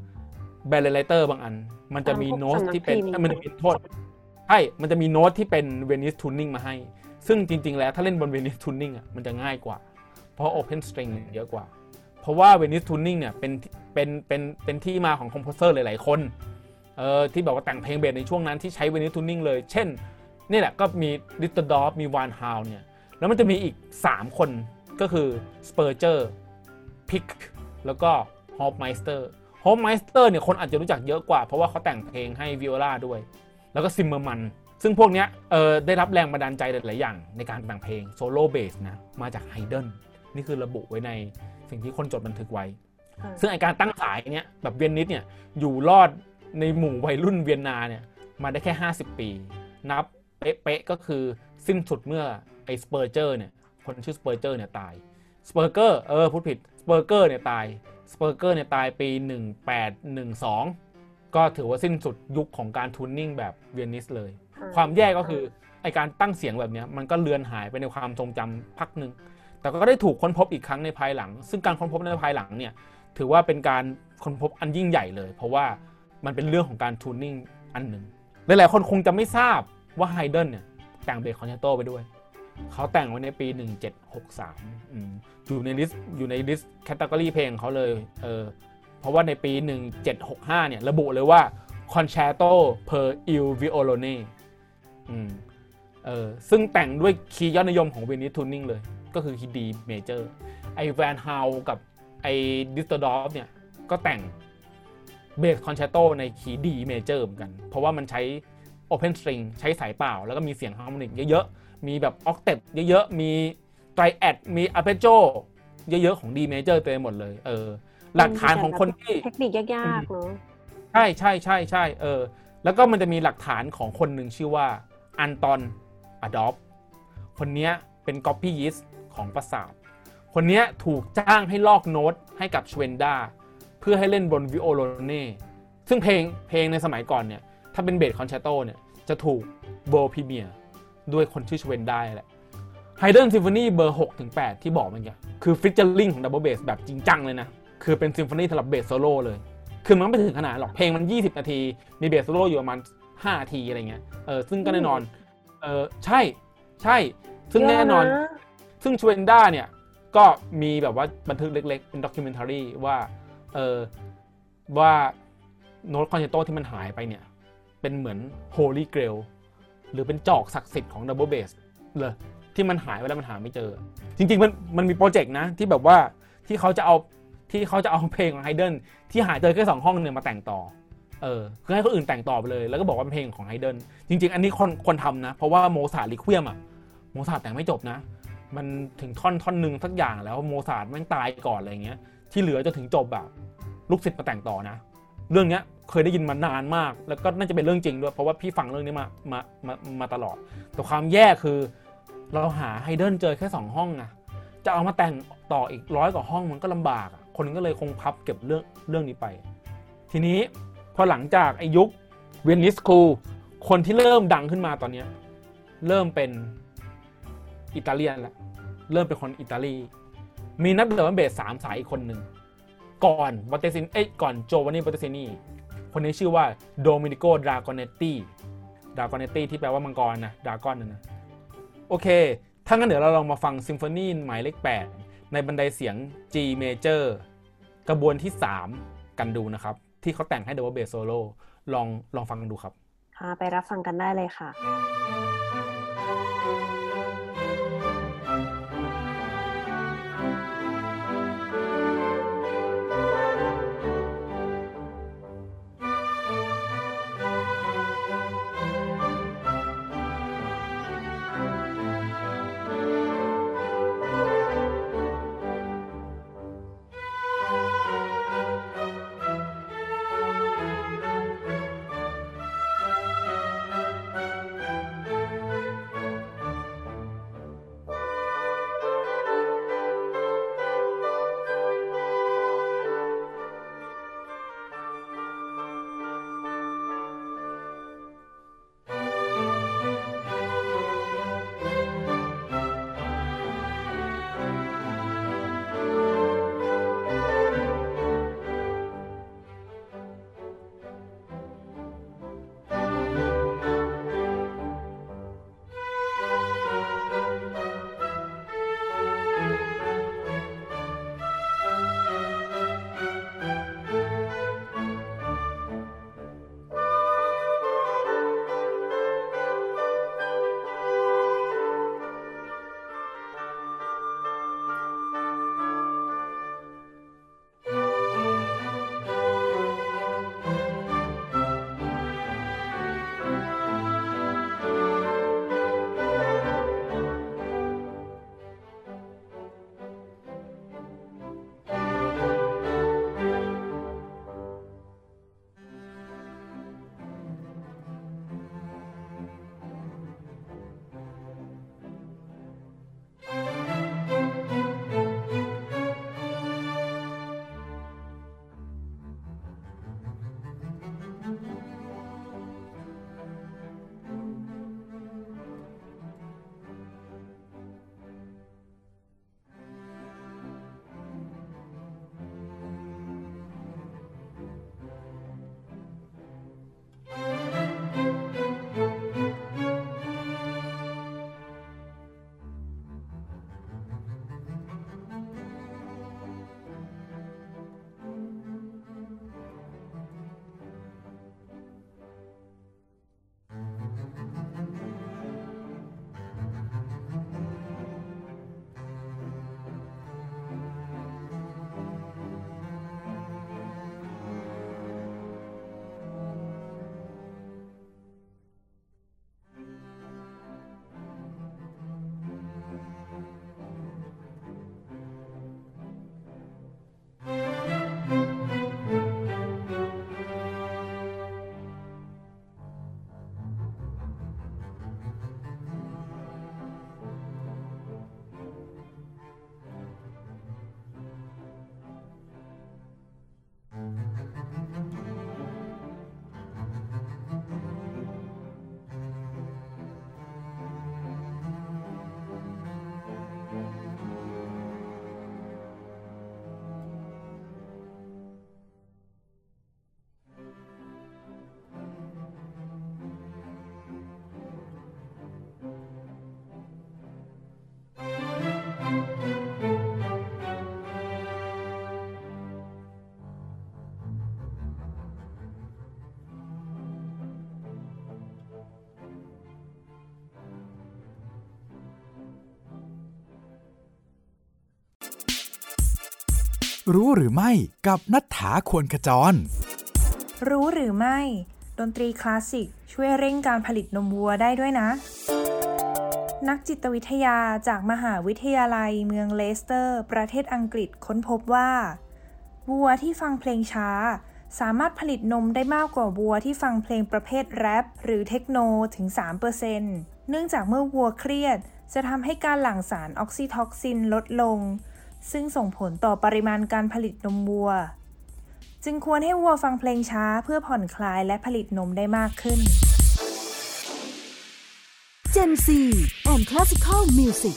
Berliner บางอันมันจะมีโน้ตที่เป็นมันจะมีโทษใช่มันจะมีโน้ตที่เป็น Viennese tuning มาให้ซึ่งจริงๆแล้วถ้าเล่นบน Viennese tuning อ่ะมันจะง่ายกว่าเพราะ open string เยอะกว่าเพราะว่า Viennese tuning เนี่ยเป็นเป็นเป็นเป็นที่มาของคอมโพเซอร์หลายๆคนเอ่อที่แบบว่าแต่งเพลงเบสในช่วงนั้นที่ใช้ Viennese tuning เลยเช่นนี่แหละก็มี Ditterdorf มี Van Hal เนี่ยแล้วมันจะมีอีกสามคนก็คือ Sperger Pick แล้วก็ Hofmeister Hofmeister เนี่ยคนอาจจะรู้จักเยอะกว่าเพราะว่าเขาแต่งเพลงให้วิโอลาด้วยแล้วก็ Zimmerman ซึ่งพวกเนี้ยเอ่อได้รับแรงบันดาลใจหลายๆอย่างในการแต่งเพลงโซโล่เบสนะมาจากไฮเดนนี่คือระบุไว้ในสิ่งที่คนจดบันทึกไว้ซึ่งไอการตั้งสายเนี้ยแบบเวียนนิสเนี่ยอยู่รอดในหมู่วัยรุ่นเวียนนาเนี่ยมาได้แค่ห้าสิบปีนับเป๊ะๆก็คือสิ้นสุดเมื่อไอสเปอร์เจอร์เนี่ยคนชื่อสเปอร์เจอร์เนี่ยตายสเปอร์เกอร์เออพูดผิดสเปอร์เกอร์เนี่ยตายสเปอร์เกอร์เนี่ยตายปีหนึ่งแปดหนึ่งสองก็ถือว่าสิ้นสุดยุคของการทูนนิ่งแบบเวียนนิสเลยความแย่ก็คือไอการตั้งเสียงแบบนี้มันก็เลือนหายไปในความทรงจำพักนึงแต่ก็ได้ถูกค้นพบอีกครั้งในภายหลังซึ่งการค้นพบในภายหลังเนี่ยถือว่าเป็นการค้นพบอันยิ่งใหญ่เลยเพราะว่ามันเป็นเรื่องของการทูนนิ่งอันหนึ่งหลายๆคนคงจะไม่ทราบว่าไฮเดนเนี่ยแต่งเบสคอนแชร์โตไปด้วยเขาแต่งไว้ในปีหนึ่งเจ็ดหกสามอืมอยู่ในลิสต์อยู่ในลิสต์แคตตากรีเพลงเขาเลยเออเพราะว่าในปีหนึ่งเจ็ดหกห้าเนี่ยระบุเลยว่า Concerto per il Violone อืมเออซึ่งแต่งด้วยคีย์ยอดนิยมของ Viennese tuning เลยก็คือคีย์ D major ไอ้ Van Hal กับไอ้ Ditterdorf เนี่ยก็แต่งเบสคอนแชร์โตในคีย์ D major เหมือนกันเพราะว่ามันใช้ open string ใช้สายเปล่าแล้วก็มีเสียงฮาร์โมนิกเยอะๆมีแบบ octave เยอะๆมี triad มี arpeggio เยอะๆของ D major เต็มหมดเลยเออหลักฐานของคนที่เทคนิคยากๆเนาะใช่ใช่ใช่ใช่เออแล้วก็มันจะมีหลักฐานของคนหนึ่งชื่อว่าอันตอนอดอฟคนนี้เป็น copyist ของปราสาทคนนี้ถูกจ้างให้ลอกโน้ตให้กับชเวนดาเพื่อให้เล่นบนวิโอโลเน่ซึ่งเพลงเพลงในสมัยก่อนเนี่ยถ้าเป็นเบสคอนแชร์โตเนี่ยจะถูกเวิลด์พรีเมียร์ด้วยคนชื่อชเวนดาแหละไ Haydn Symphony เบอร์หกถึงแปดที่บอกเมื่อกี้คือฟิชเจอริงของ Double Bass แบบจริงจังเลยนะคือเป็นซิมโฟนีสำหรับเบสโซโล่เลยคือมันไม่ถึงขนาดหรอกเพลงมันยี่สิบนาทีมีเบสโซโล่อยู่ประมาณห้านาทีอะไรเงี้ยเออซึ่งก็แน่นอนเออใช่ใช่ซึ่งแน่นอนซึ่งชเวนด้าเนี่ยก็มีแบบว่าบันทึกเล็กๆเป็นด็อกิเมนทารีว่าเออว่าโน้ตคอนแชร์โตที่มันหายไปเนี่ยเป็นเหมือนโฮลี่เกรลหรือเป็นจอกศักดิ์สิทธิ์ของดับเบิลเบสเลยที่มันหายไปแล้วมันหาไม่เจอจริงๆมันมันมีโปรเจกต์นะที่แบบว่าที่เขาจะเอาที่เขาจะเอาเพลงของไฮเดนที่หายเจอแค่สองห้องเนี่ยมาแต่งต่อเออคือให้คนอื่นแต่งต่อไปเลยแล้วก็บอกว่าเป็นเพลงของไฮเดนจริงๆอันนี้คนคนทำนะเพราะว่าโมซาร์ทลิควียมอะโมซาร์ทแต่งไม่จบนะมันถึงท่อนท่อนหนึ่งสักอย่างแล้วโมซาร์ทแม่งตายก่อนอะไรเงี้ยที่เหลือจะถึงจบแบบลูกศิษย์มาแต่งต่อนะเรื่องเนี้ยเคยได้ยินมานานมากแล้วก็น่าจะเป็นเรื่องจริงด้วยเพราะว่าพี่ฟังเรื่องนี้มามามามาตลอดแต่ความแย่คือเราหาไฮเดนเจอแค่สองห้องนะจะเอามาแต่งต่ออีกร้อยกว่าห้องมันก็ลำบากคนก็เลยคงพับเก็บเรื่องเรื่องนี้ไปทีนี้พอหลังจากไอายุคเวียนนิสคูลคนที่เริ่มดังขึ้นมาตอนนี้เริ่มเป็นอิตาเลียนแล้วเริ่มเป็นคนอิตาลีมีนักดนตรีเบสสามสายอีกคนหนึ่งก่อนบอตเตซินเอ้ยก่อนโจวานนี่บอตเตซินีคนนี้ชื่อว่าโดมินิโกดราโกเนตตี้ดราโกเนตตี้ที่แปลว่ามังกรนะดราก้อนนั่นนะโอเคถ้างั้นเดี๋ยวเราลองมาฟังซิมโฟนีหมายเลขแปดในบันไดเสียง G Major กระบวนที่สามกันดูนะครับที่เขาแต่งให้ Double Bass Solo ลองลองฟังกันดูครับค่ะไปรับฟังกันได้เลยค่ะรู้หรือไม่กับณัฐฐา ควรขจรรู้หรือไม่ดนตรีคลาสสิกช่วยเร่งการผลิตนมวัวได้ด้วยนะนักจิตวิทยาจากมหาวิทยาลัยเมืองเลสเตอร์ประเทศอังกฤษค้นพบว่าวัวที่ฟังเพลงช้าสามารถผลิตนมได้มากกว่าวัวที่ฟังเพลงประเภทแรปหรือเทคโนถึง สามเปอร์เซ็นต์ เนื่องจากเมื่อวัวเครียดจะทำให้การหลั่งสารออกซิโทซินลดลงซึ่งส่งผลต่อปริมาณการผลิตนมวัวจึงควรให้วัวฟังเพลงช้าเพื่อผ่อนคลายและผลิตนมได้มากขึ้น Gen Z and Classical Music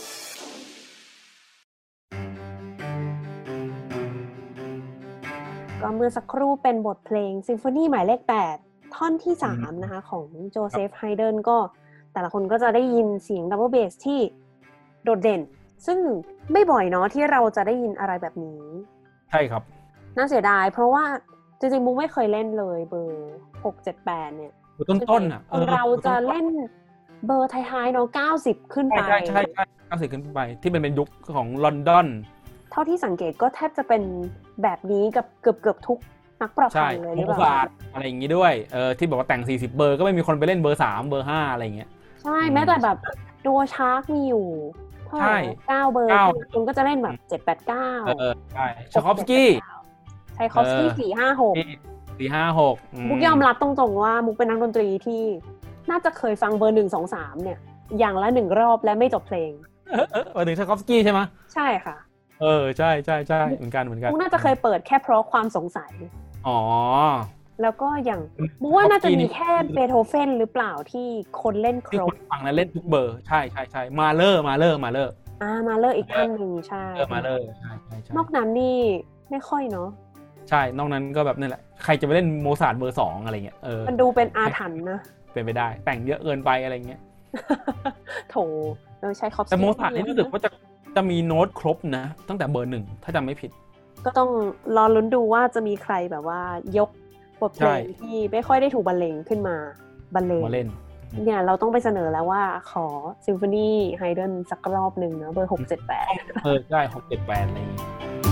ก็เมื่อสักครู่เป็นบทเพลงซิมโฟนีหมายเลขแปดท่อนที่สามนะคะของโจเซฟไฮเดนก็แต่ละคนก็จะได้ยินเสียงดับเบิลเบสที่โดดเด่นซึ่งไม่บ่อยเนาะที่เราจะได้ยินอะไรแบบนี้ใช่ครับน่าเสียดายเพราะว่าจริงๆมุกไม่เคยเล่นเลยเบอร์หก เจ็ด แปดเนี่ยต้นๆอ่ะเราจะเล่นเบอร์ท้ายๆเนาะเก้าสิบขึ้นไปใช่ใช่ใช่เก้าสิบขึ้นไปที่เป็นเป็นยุคของลอนดอนเท่าที่สังเกตก็แทบจะเป็นแบบนี้กับเกือบๆทุกนักประพันธ์เลยหรือเปล่าอะไรอย่างงี้ด้วยเออที่บอกว่าแต่งสี่สิบเบอร์ก็ไม่มีคนไปเล่นเบอร์สามเบอร์ห้าอะไรอย่างเงี้ยใช่แม้แต่แบบดัวชาร์กมีอยู่เท่าไหร่เก้าเบอร์คุณก็จะเล่นแบบเจ็ด แปด เก้าเออใช่ชคอฟสกี้ไชคอฟสกี้สี่ ห้า หกสี่ ห้า หกมุกยอมรับตรงๆว่ามุกเป็นนักดนตรีที่น่าจะเคยฟังเบอร์หนึ่ง สอง สามเนี่ยอย่างละหนึ่งรอบและไม่จบเพลงเออเออเบอร์หนึ่งไชคอฟสกี้ใช่ไหมใช่ค่ะเออใช่ใช่ใช่เหมือนกันเหมือนกันมุกน่าจะเคยเปิดแค่เพราะความสงสัยอ๋อแล้วก็อย่างมุกว่าน่าจะมีแค่เบโธเฟนหรือเปล่าที่คนเล่นครบฟังแล้วเล่นทุกเบอร์ใช่ใช่ใช่มาเลอร์มาเลอร์มาเลอร์อ่ามาเลอร์อีกท่านหนึ่งใช่เออมาเลอร์ใช่ใช่นอกนั้นนี่ไม่ค่อยเนาะใช่นอกนั้นก็แบบนั่นแหละใครจะไปเล่นโมซาร์ทเบอร์สองอะไรเงี้ยเออมันดูเป็นอาถรรพ์นะเป็นไปได้แต่งเยอะเกินไปอะไรเงี้ยโถเราใช้คอปแต่โมซาร์ทนี่รู้สึกว่าจะจะมีโน้ตครบนะตั้งแต่เบอร์หนึ่งถ้าจำไม่ผิดก็ต้องรอลุ้นดูว่าจะมีใครแบบว่ายกบทเพลงที่ไม่ค่อยได้ถูกบรรเลงขึ้นมาบรรเลงมาเล่นเนี่ยเราต้องไปเสนอแล้วว่าขอซิมโฟนีไฮเดนสักรอบหนึ่งนะเบอร์หก เจ็ด แปดเออได้หก เจ็ด แปดอะไรอย่างงี้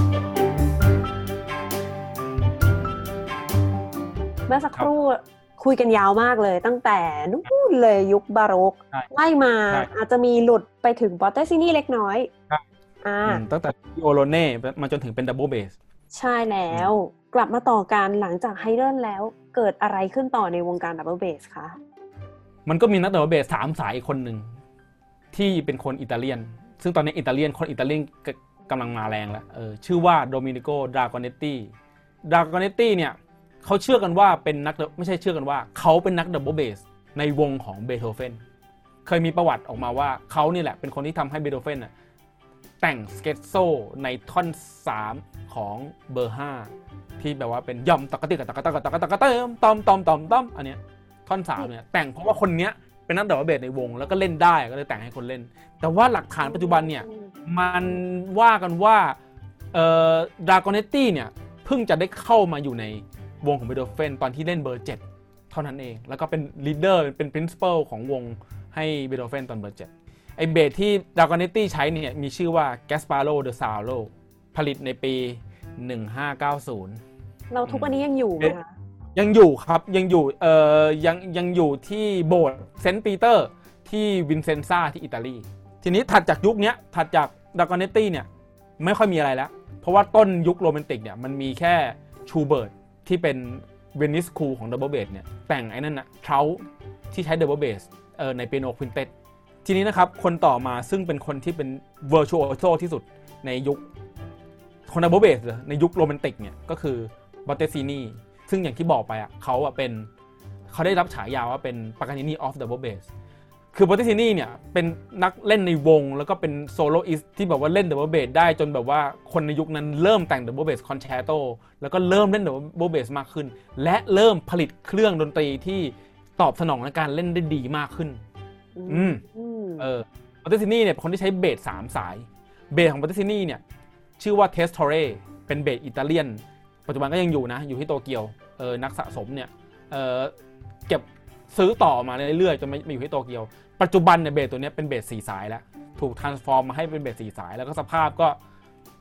เมื่อสักครู่คุยกันยาวมากเลยตั้งแต่นู่นเลยยุคบาโรกไล่มาอาจจะมีหลุดไปถึงบอตเตซินีเล็กน้อยอ่าตั้งแต่โอโลเน่มาจนถึงเป็นดับเบิลเบสใช่แล้วกลับมาต่อกันหลังจากไฮเดนแล้วเกิดอะไรขึ้นต่อในวงการดับเบิลเบสคะมันก็มีนักดับเบิลเบสสามสายอีกคนหนึ่งที่เป็นคนอิตาเลียนซึ่งตอนนี้อิตาเลียนคนอิตาเลียนกำลังมาแรงแล้วเออชื่อว่าโดมินิโกดราโกเนตตี้ดราโกเนตตี้เนี่ยเขาเชื่อกันว่าเป็นนักไม่ใช่เชื่อกันว่าเขาเป็นนักดับเบิลเบสในวงของเบโธเฟนเคยมีประวัติออกมาว่าเขานี่แหละเป็นคนที่ทำให้เบโธเฟนน่ะแต่งสเกตโซในท่อนสามของเบอร์ห้าที่แบบว่าเป็นย่อมตะกะติกะตะกะตะกะตะกะตะกะเติมตอมตอมตอมตอมอันเนี้ยท่อนสามเนี่ยแต่งเพราะว่าคนเนี้ยเป็นนักดับเบิลเบสในวงแล้วก็เล่นได้ก็เลยแต่งให้คนเล่นแต่ว่าหลักฐานปัจจุบันเนี่ยมันว่ากันว่าเอ่อดราโกเนตตี้เนี่ยเพิ่งจะได้เข้ามาอยู่ในวงของเบโธเฟนตอนที่เล่นเบอร์เจ็ดเท่านั้นเองแล้วก็เป็นลีดเดอร์เป็น principal ของวงให้เบโธเฟนตอนเบอร์เจ็ดไอเบสที่ดราโกเนตตี้ใช้เนี่ยมีชื่อว่า Gasparo de Salo ผลิตในปีหนึ่งพันห้าร้อยเก้าสิบเราทุกวันนี้ยังอยู่ไหมคะยังอยู่ครับยังอยู่เอ่อยังยังอยู่ที่โบสถ์เซนต์ปีเตอร์ที่วินเซนซ่าที่อิตาลีทีนี้ถัดจากยุคนี้ถัดจากดราโกเนตตี้เนี่ยไม่ค่อยมีอะไรแล้วเพราะว่าต้นยุคโรแมนติกเนี่ยมันมีแค่ชูเบิร์ตที่เป็นเวนิสคูลของดับเบิลเบสเนี่ยแต่งไอ้นั่นนะเทราที่ใช้ดับเบิลเบสเอ่อในเปียโนควินเต็ตทีนี้นะครับคนต่อมาซึ่งเป็นคนที่เป็นเวอร์ชวลโซที่สุดในยุคของดับเบิลเบสในยุคโรแมนติกเนี่ยก็คือบอตเตซินีซึ่งอย่างที่บอกไปอ่ะเขาอ่ะเป็นเขาได้รับฉายาว่าเป็นปากานินีออฟดับเบิลเบสคือบอตเตซินีเนี่ยเป็นนักเล่นในวงแล้วก็เป็นโซโลอิสที่แบบว่าเล่นดับเบิลเบสได้จนแบบว่าคนในยุคนั้นเริ่มแต่งดับเบิลเบสคอนแชร์โตแล้วก็เริ่มเล่นดับเบิลเบสมากขึ้นและเริ่มผลิตเครื่องดนตรีที่ตอบสนองในการเล่นได้ดีมากขึ้นอืมเออบอตเตซินีเนี่ยคนที่ใช้เบสสามสายเบสของบอตเตซินีเนี่ยชื่อว่าเทสทอเรเป็นเบสอิตาเลียนปัจจุบันก็ยังอยู่นะอยู่ที่โตเกียวเออนักสะสมเนี่ยเออเก็บซื้อต่อมาเรื่อยๆจนมาอยู่ที่โตเกียวปัจจุบันเนี่ยเบสตัวนี้เป็นเบสสี่สายแล้วถูกทรานส์ฟอร์มมาให้เป็นเบสสี่สายแล้วก็สภาพก็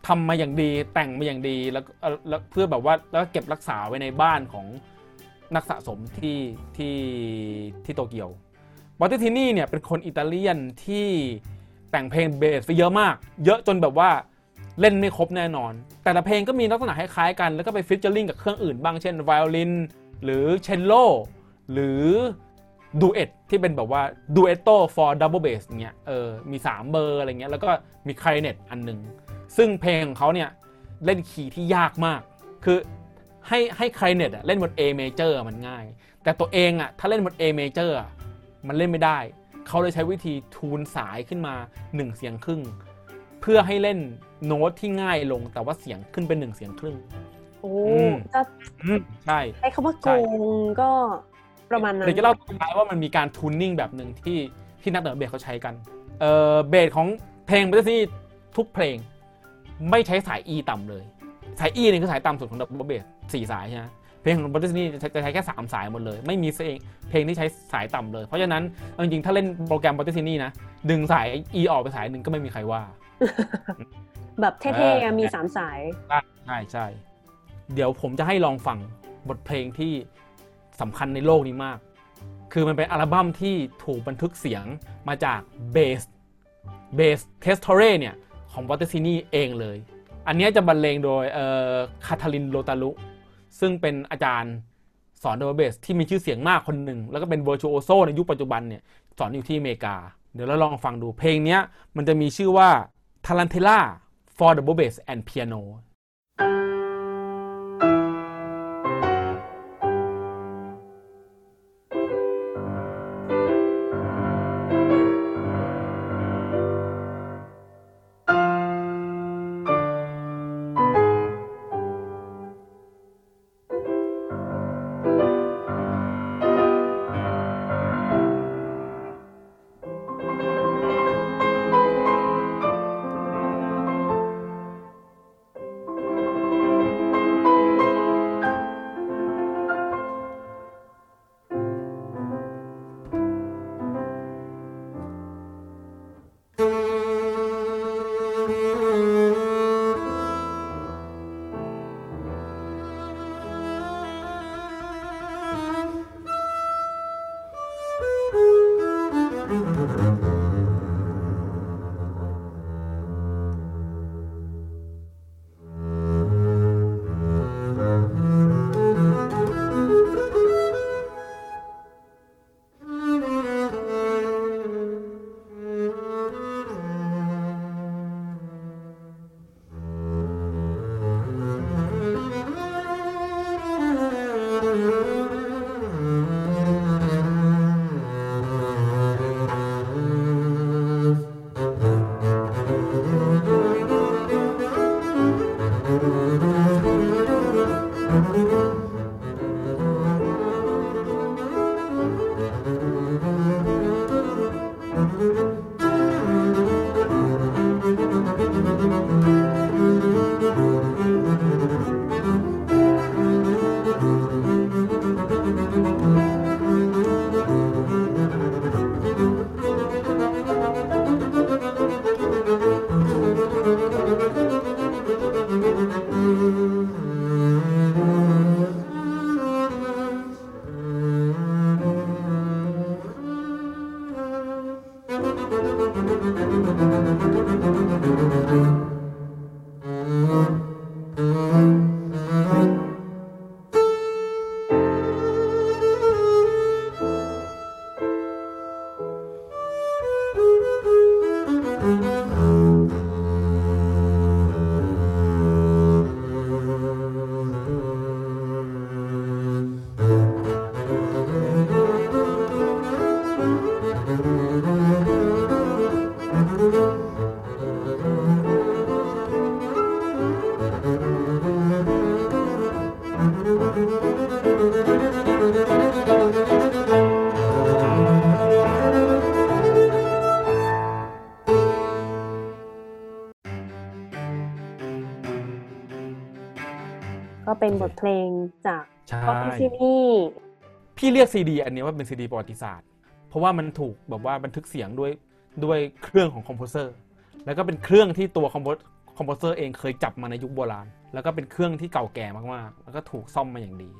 ทำมาอย่างดีแต่งมาอย่างดีแล้วแล้วเพื่อแบบว่าแล้วเก็บรักษาไว้ในบ้านของนักสะสมที่ที่ที่โตเกียวบอตตินีเนี่ยเป็นคนอิตาเลียนที่แต่งเพลงเบสไปเยอะมากเยอะจนแบบว่าเล่นไม่ครบแน่นอนแต่ละเพลงก็มีลักษณะคล้ายๆกันแล้วก็ไปฟิชเจอริงกับเครื่องอื่นบ้างเช่นไวโอลินหรือเชลโลหรือดูเอทที่เป็นแบบว่าดูเอตโต้ for double bass อย่างเงี้ยเออมีสามเบอร์อะไรเงี้ยแล้วก็มีคลาริเนตอันนึงซึ่งเพลงของเขาเนี่ยเล่นคีย์ที่ยากมากคือให้ให้คลาริเนตเล่นบน A major มันง่ายแต่ตัวเองอ่ะถ้าเล่นบน A major มันเล่นไม่ได้เขาเลยใช้วิธีทูนสายขึ้นมาหนึ่งเสียงครึ่งเพื่อให้เล่นโน้ตที่ง่ายลงแต่ว่าเสียงขึ้นเป็นหนึ่งเสียงครึ่งโอ้จะใช่ใช้คำว่าโกงก็ประมาณนั้นเดี๋ยวจะเล่าต่อไปว่ามันมีการทูนนิ่งแบบหนึ่งที่ที่นักดนตรีเบสเขาใช้กันเออเบสของเพลงบอตตินีทุกเพลงไม่ใช้สาย E ต่ำเลยสาย E นี่คือสายต่ำสุดของดับเบิลเบสสี่สายใช่ไหมเพลงของบอตตินีจะใช้แค่สามสายหมดเลยไม่มีเพลงที่ใช้สายต่ำเลยเพราะฉะนั้นจริงๆถ้าเล่นโปรแกรมบอตตินีนะดึงสาย E ออกไปสายหนึ่งก็ไม่มีใครว่าแบบเท่ๆมีสามสายใช่ใช่เดี๋ยวผมจะให้ลองฟังบทเพลงที่สำคัญในโลกนี้มากคือมันเป็นอัลบั้มที่ถูกบันทึกเสียงมาจากเบสเบสเทสทอเร่เนี่ยของบอตตินีเองเลยอันนี้จะบรรเลงโดยเอ่อคาทาลินโลตาลุซึ่งเป็นอาจารย์สอนดับเบิลเบสที่มีชื่อเสียงมากคนหนึ่งแล้วก็เป็นเวอร์ชูโอโซในยุคปัจจุบันเนี่ยสอนอยู่ที่อเมริกาเดี๋ยวเราลองฟังดูเพลงนี้มันจะมีชื่อว่า Tarantella for double bass and piano ก็เป็นบทเพลงจากบอตตินีพี่เรียกซีดีอันนี้ว่าเป็นซีดีประวัติศาสตร์เพราะว่ามันถูกแบบว่าบันทึกเสียงด้วยด้วยเครื่องของคอมโพเซอร์แล้วก็เป็นเครื่องที่ตัวคอมโพคอมโพเซอร์เองเคยจับมาในยุคโบราณแล้วก็เป็นเครื่องที่เก่าแก่มากๆแล้วก็ถูกซ่อมมาอย่างดี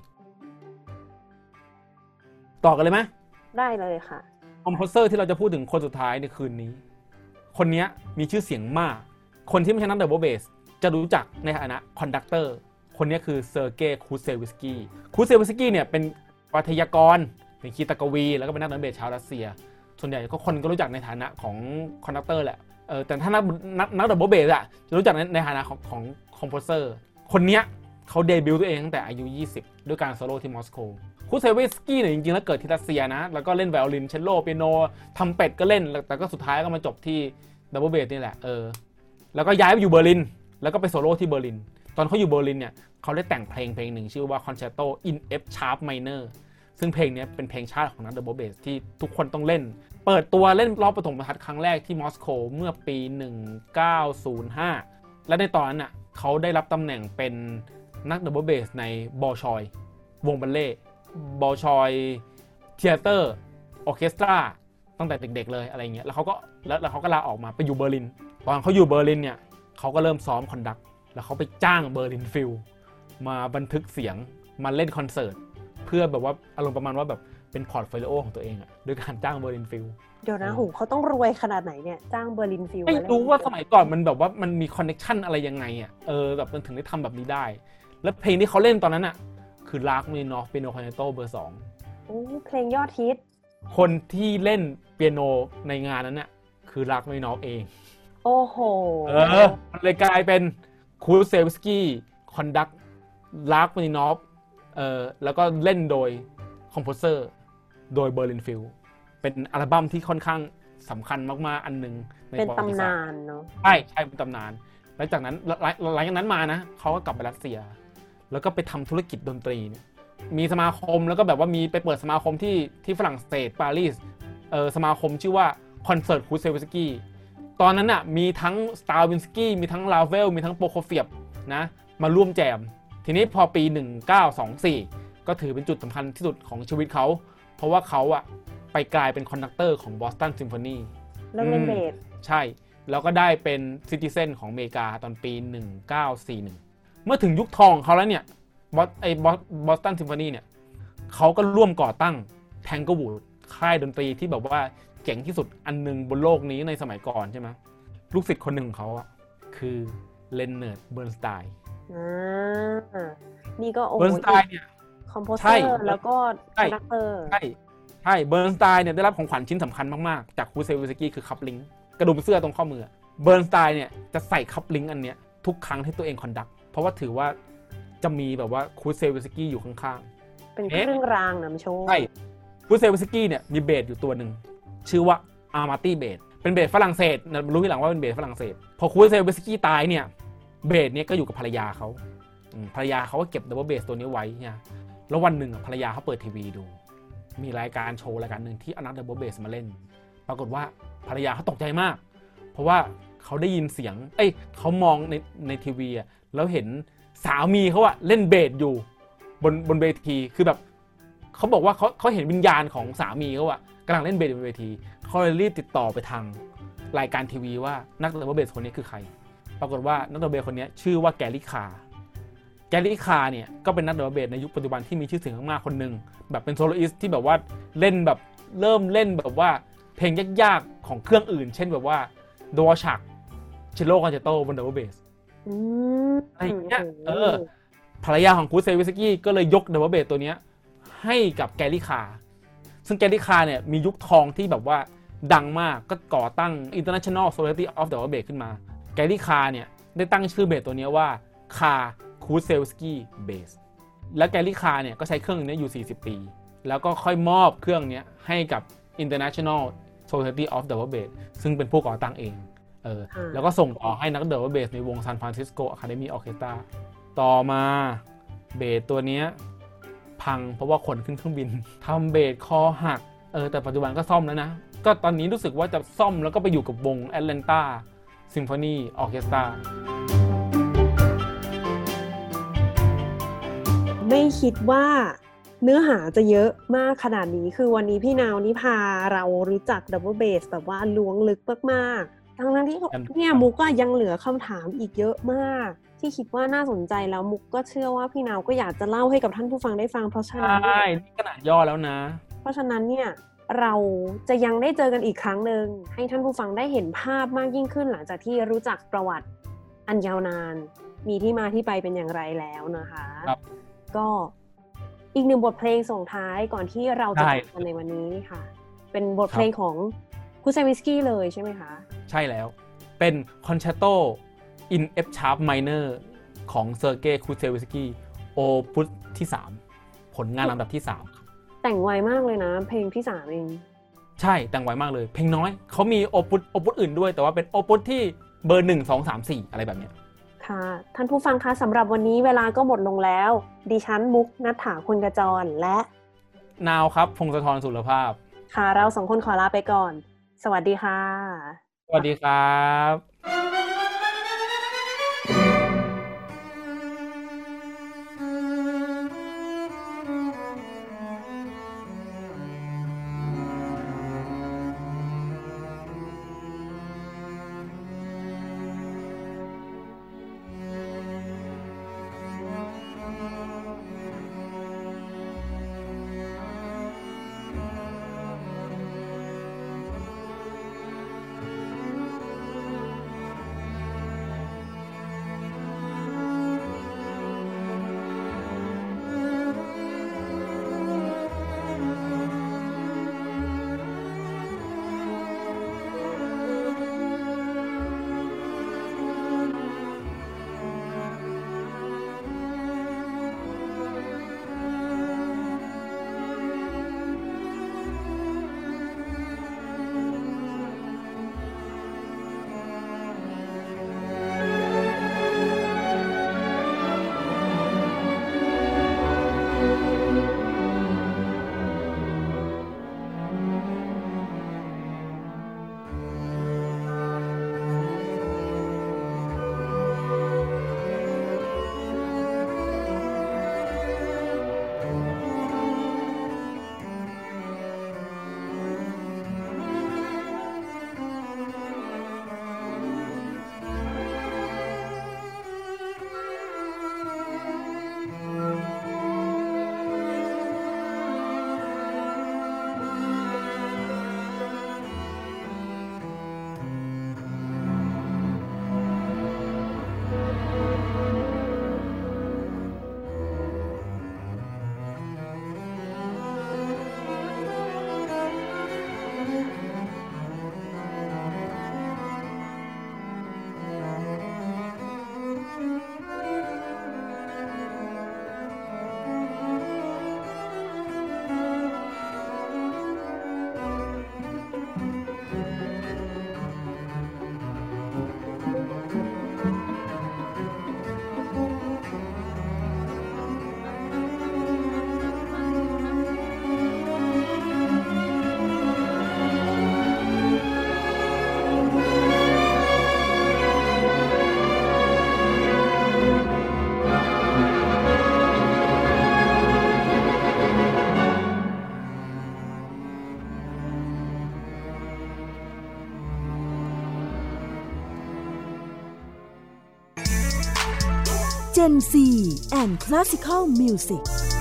ต่อกันเลยไหมได้เลยค่ะคอมโพเซอร์ที่เราจะพูดถึงคนสุดท้ายในคืนนี้คนนี้มีชื่อเสียงมากคนที่ไม่ใช่นักดับเบิลเบสจะรู้จักในฐานะคอนดักเตอร์คนนี้คือเซอร์เกย์ คูเซวิสกี้ คูเซวิสกี้เนี่ยเป็นวิทยากรเป็นคีตกวีแล้วก็เป็นนักดับเบิลเบสชาวรัสเซียส่วนใหญ่ก็คนก็รู้จักในฐานะของคอนดักเตอร์แหละเออแต่ถ้านักนักนักดับเบิลเบสอะจะรู้จักในในฐานะของของคอมโพเซอร์คนนี้เขาเดบิวต์ตัวเองตั้งแต่อายุยี่สิบด้วยการโซโล่ที่มอสโกคูเซวิสกี้เนี่ยจริงๆแล้วเกิดที่รัสเซียนะแล้วก็เล่นไวโอลินเชลโลเปียโนทำเป็ดก็เล่นแต่ก็สุดท้ายก็มาจบที่ดับเบิลเบสนี่แหละเออแล้วก็ย้ายไปอยู่เบอร์ลินแล้วก็ไปโซโล่ที่เบอร์ลินตอนเขาอยู่เบอร์ลินเนี่ยเขาได้แต่งเพลงเพลงหนึ่งชื่อว่า Concerto in F Sharp Minor ซึ่งเพลงนี้เป็นเพลงชาติของนักดับเบิลเบสที่ทุกคนต้องเล่นเปิดตัวเล่นรอบปฐมบรรทัดครั้งแรกที่มอสโกเมื่อปีหนึ่งพันเก้าร้อยห้าและในตอนนั้นน่ะเขาได้รับตำแหน่งเป็นนักดับเบิลเบสในบอลชอยวงบัลเล่บอลชอยเทียเตอร์ออร์เคสตราตั้งแต่เด็กๆเลยอะไรเงี้ยแล้วเขาก็แล้วเขาก็ลาออกมาไปอยู่เบอร์ลินตอนเขาอยู่เบอร์ลินเนี่ยเขาก็เริ่มซ้อมคอนดักแล้วเขาไปจ้างเบอร์ลินฟิลมาบันทึกเสียงมาเล่นคอนเสิร์ตเพื่อแบบว่าอารมณ์ประมาณว่าแบบเป็นพอร์ตโฟลิโอของตัวเองอะด้วยการจ้างเบอร์ลินฟิลเดี๋ยวนะหูเขาต้องรวยขนาดไหนเนี่ยจ้างเบอร์ลินฟิลไม่รู้ว่าสมัยก่อนมันแบบว่ามันมีคอนเนคชั่นอะไรยังไงอะเออแบบมันถึงได้ทำแบบนี้ได้แล้วเพลงที่เขาเล่นตอนนั้นอะคือลากมินอฟเปียโนคอนแชร์โตเบอร์สองโอ้เพลงยอดฮิตคนที่เล่นเปียโนในงานนั้นน่ะคือลากมินอฟเองโอ้โหเออมันเลยกลายเป็นคูเซวิสกี้คอนดักลากมินอฟเอ่อแล้วก็เล่นโดยคอมโพเซอร์โดยเบอร์ลินฟิลเป็นอัลบั้มที่ค่อนข้างสำคัญมากๆอันนึงในเป็นตำนานเนาะใช่ใช่เป็นตำนานแล้วจากนั้นหลังจากนั้นมานะเขาก็กลับไปรัสเซียแล้วก็ไปทำธุรกิจดนตรีเนี่ยมีสมาคมแล้วก็แบบว่ามีไปเปิดสมาคมที่ที่ฝรั่งเศสปารีสเออสมาคมชื่อว่าคอนเสิร์ตคูเซวิสกี้ตอนนั้นน่ะมีทั้งสตาวินสกี้มีทั้งลาเวลมีทั้งโปโคเฟียบนะมาร่วมแจมทีนี้พอปีหนึ่งพันเก้าร้อยยี่สิบสี่ก็ถือเป็นจุดสำคัญที่สุดของชีวิตเขาเพราะว่าเขาอะไปกลายเป็นคอนดักเตอร์ของบอสตันซิมโฟนีเริ่มเล่นเบสใช่แล้วก็ได้เป็นซิติเซนของอเมริกาตอนปีหนึ่งพันเก้าร้อยสี่สิบเอ็ดเมื่อถึงยุคทองเขาแล้วเนี่ยบอสไอ้บอสบอสตันซิมโฟนีเนี่ยเขาก็ร่วมก่อตั้งแทงเกอร์วูดค่ายดนตรีที่แบบว่าเจ๋งที่สุดอันนึงบนโลกนี้ในสมัยก่อนใช่ไหมลูกศิษย์คนหนึ่งของเขาอะคือเลนเนิร์ดเบิร์นสไตน์อ่านี่ก็โอ้เบิร์นสไตน์เนี่ยคอมโพเซอร์แล้วก็คอนดักเตอร์ใช่ใช่เบิร์นสไตน์เนี่ยได้รับของขวัญชิ้นสำคัญมากๆจากคูเซวิสกี้คือคัพลิงก์กระดุมเสื้อตรงข้อมือเบิร์นสไตน์เนี่ยจะใส่คัพลิงก์อันเนี้ยทุกครั้งที่ตัวเองคอนดักเพราะว่าถือว่าจะมีแบบว่าคูเซวิสกี้อยู่ข้างๆเป็นเครื่องรางนำโชคใช่คูเซวิสกี้เนี่ยมีเบสอยู่ตัวหนึ่งชื่อว่าอาร์มาตี้เบสเป็นเบสฝรั่งเศสนะรู้ทีหลังว่าเป็นเบสฝรั่งเศสพอคูเซวิสกี้ตายเนี่ยเบสเนี่ยก็อยู่กับภรรยาเขาภรรยาเขาก็เก็บดับเบิลเบสตัวนี้ไว้เนี่ยแล้ววันหนึ่งภรรยาเขาเปิดทีวีดูมีรายการโชว์รายการหนึ่งที่เอานักดับเบิลเบสมาเล่นปรากฏว่าภรรยาเขาตกใจมากเพราะว่าเขาได้ยินเสียงเอ้ยเขามองในในทีวีอ่ะแล้วเห็นสามีเขาอะเล่นเบสอยู่บนบนเวทีคือแบบเขาบอกว่าเขาเขาเห็นวิญญาณของสามีเขาอะกำลังเล่นเบสบนเวทีเขาเลยรีบติดต่อไปทางรายการทีวีว่านักดับเบิลเบสคนนี้คือใครปรากฏว่านักดับเบิลเบสคนนี้ชื่อว่าแกรี่คาร์แกรี่คาร์เนี่ยก็เป็นนักดับเบิลเบสในยุคปัจจุบันที่มีชื่อเสียงมากๆคนหนึ่งแบบเป็นโซโลอิสต์ที่แบบว่าเล่นแบบเริ่มเล่นแบบว่าเพลงยากๆของเครื่องอื่นเช่นแบบว่าดวอชักเชลโลคอนแชร์โตบนดับเบิลเบสอะไรอย่างเงี้ยเออภรรยาของคูเซวิสกี้ก็เลยยกดับเบิลเบสตัวนี้ให้กับแกรี่คาร์ซึ่งแกรี่คาร์เนี่ยมียุคทองที่แบบว่าดังมากก็ก่อตั้ง International Society of Double Bass ขึ้นมาแกรี่คาร์เนี่ยได้ตั้งชื่อเบสตัวนี้ว่าคาร์คูเซวิสกี้เบสและแกรี่คาร์เนี่ยก็ใช้เครื่องนี้อยู่สี่สิบปีแล้วก็ค่อยมอบเครื่องนี้ให้กับ International Society of Double Bass ซึ่งเป็นผู้ก่อตั้งเองเออแล้วก็ส่งต่อให้นักดับเบิลเบสในวง San Francisco Academy Orchestra ต่อมาเบสตัวนี้พังเพราะว่าขนขึ้นเครื่องบินทำเบสคอหักเออแต่ปัจจุบันก็ซ่อมแล้วนะก็ตอนนี้รู้สึกว่าจะซ่อมแล้วก็ไปอยู่กับวง Atlanta Symphony Orchestra ไม่คิดว่าเนื้อหาจะเยอะมากขนาดนี้คือวันนี้พี่นาวนี่พาเรารู้จักดับเบิลเบสแบบว่าล้วงลึกมากๆทั้งนั้นที่เนี่ยมุกก็ยังเหลือคำถามอีกเยอะมากที่คิดว่าน่าสนใจแล้วมุกก็เชื่อว่าพี่นาวก็อยากจะเล่าให้กับท่านผู้ฟังได้ฟังเพราะฉะนั้นใช่นี่ขนาดย่อแล้วนะเพราะฉะนั้นเนี่ยเราจะยังได้เจอกันอีกครั้งหนึ่งให้ท่านผู้ฟังได้เห็นภาพมากยิ่งขึ้นหลังจากที่รู้จักประวัติอันยาวนานมีที่มาที่ไปเป็นอย่างไรแล้วนะคะก็อีกหนึ่งบทเพลงส่งท้ายก่อนที่เราจะจากกันในวันนี้ค่ะเป็นบทเพลงของคูเซวิสกี้เลยใช่ไหมคะใช่แล้วเป็นคอนแชตโต in F sharp minor ของเซอร์เกย์คูเซวิสกี้โอปุสที่สามผลงานลำดับที่สามแต่งไวมากเลยนะเพลงที่สามเองใช่แต่งไวมากเลยเพลงน้อยเขามีโอปุสโอปุสอื่นด้วยแต่ว่าเป็นโอปุสที่เบอร์หนึ่ง สอง สาม สี่อะไรแบบนี้ค่ะท่านผู้ฟังคะสำหรับวันนี้เวลาก็หมดลงแล้วดิฉันมุกณัฐฐา คุณกจรและนาวครับพงศธรสุรภาพค่ะเราสองคนขอลาไปก่อนสวัสดีค่ะสวัสดีครับ Gen Z and Classical Music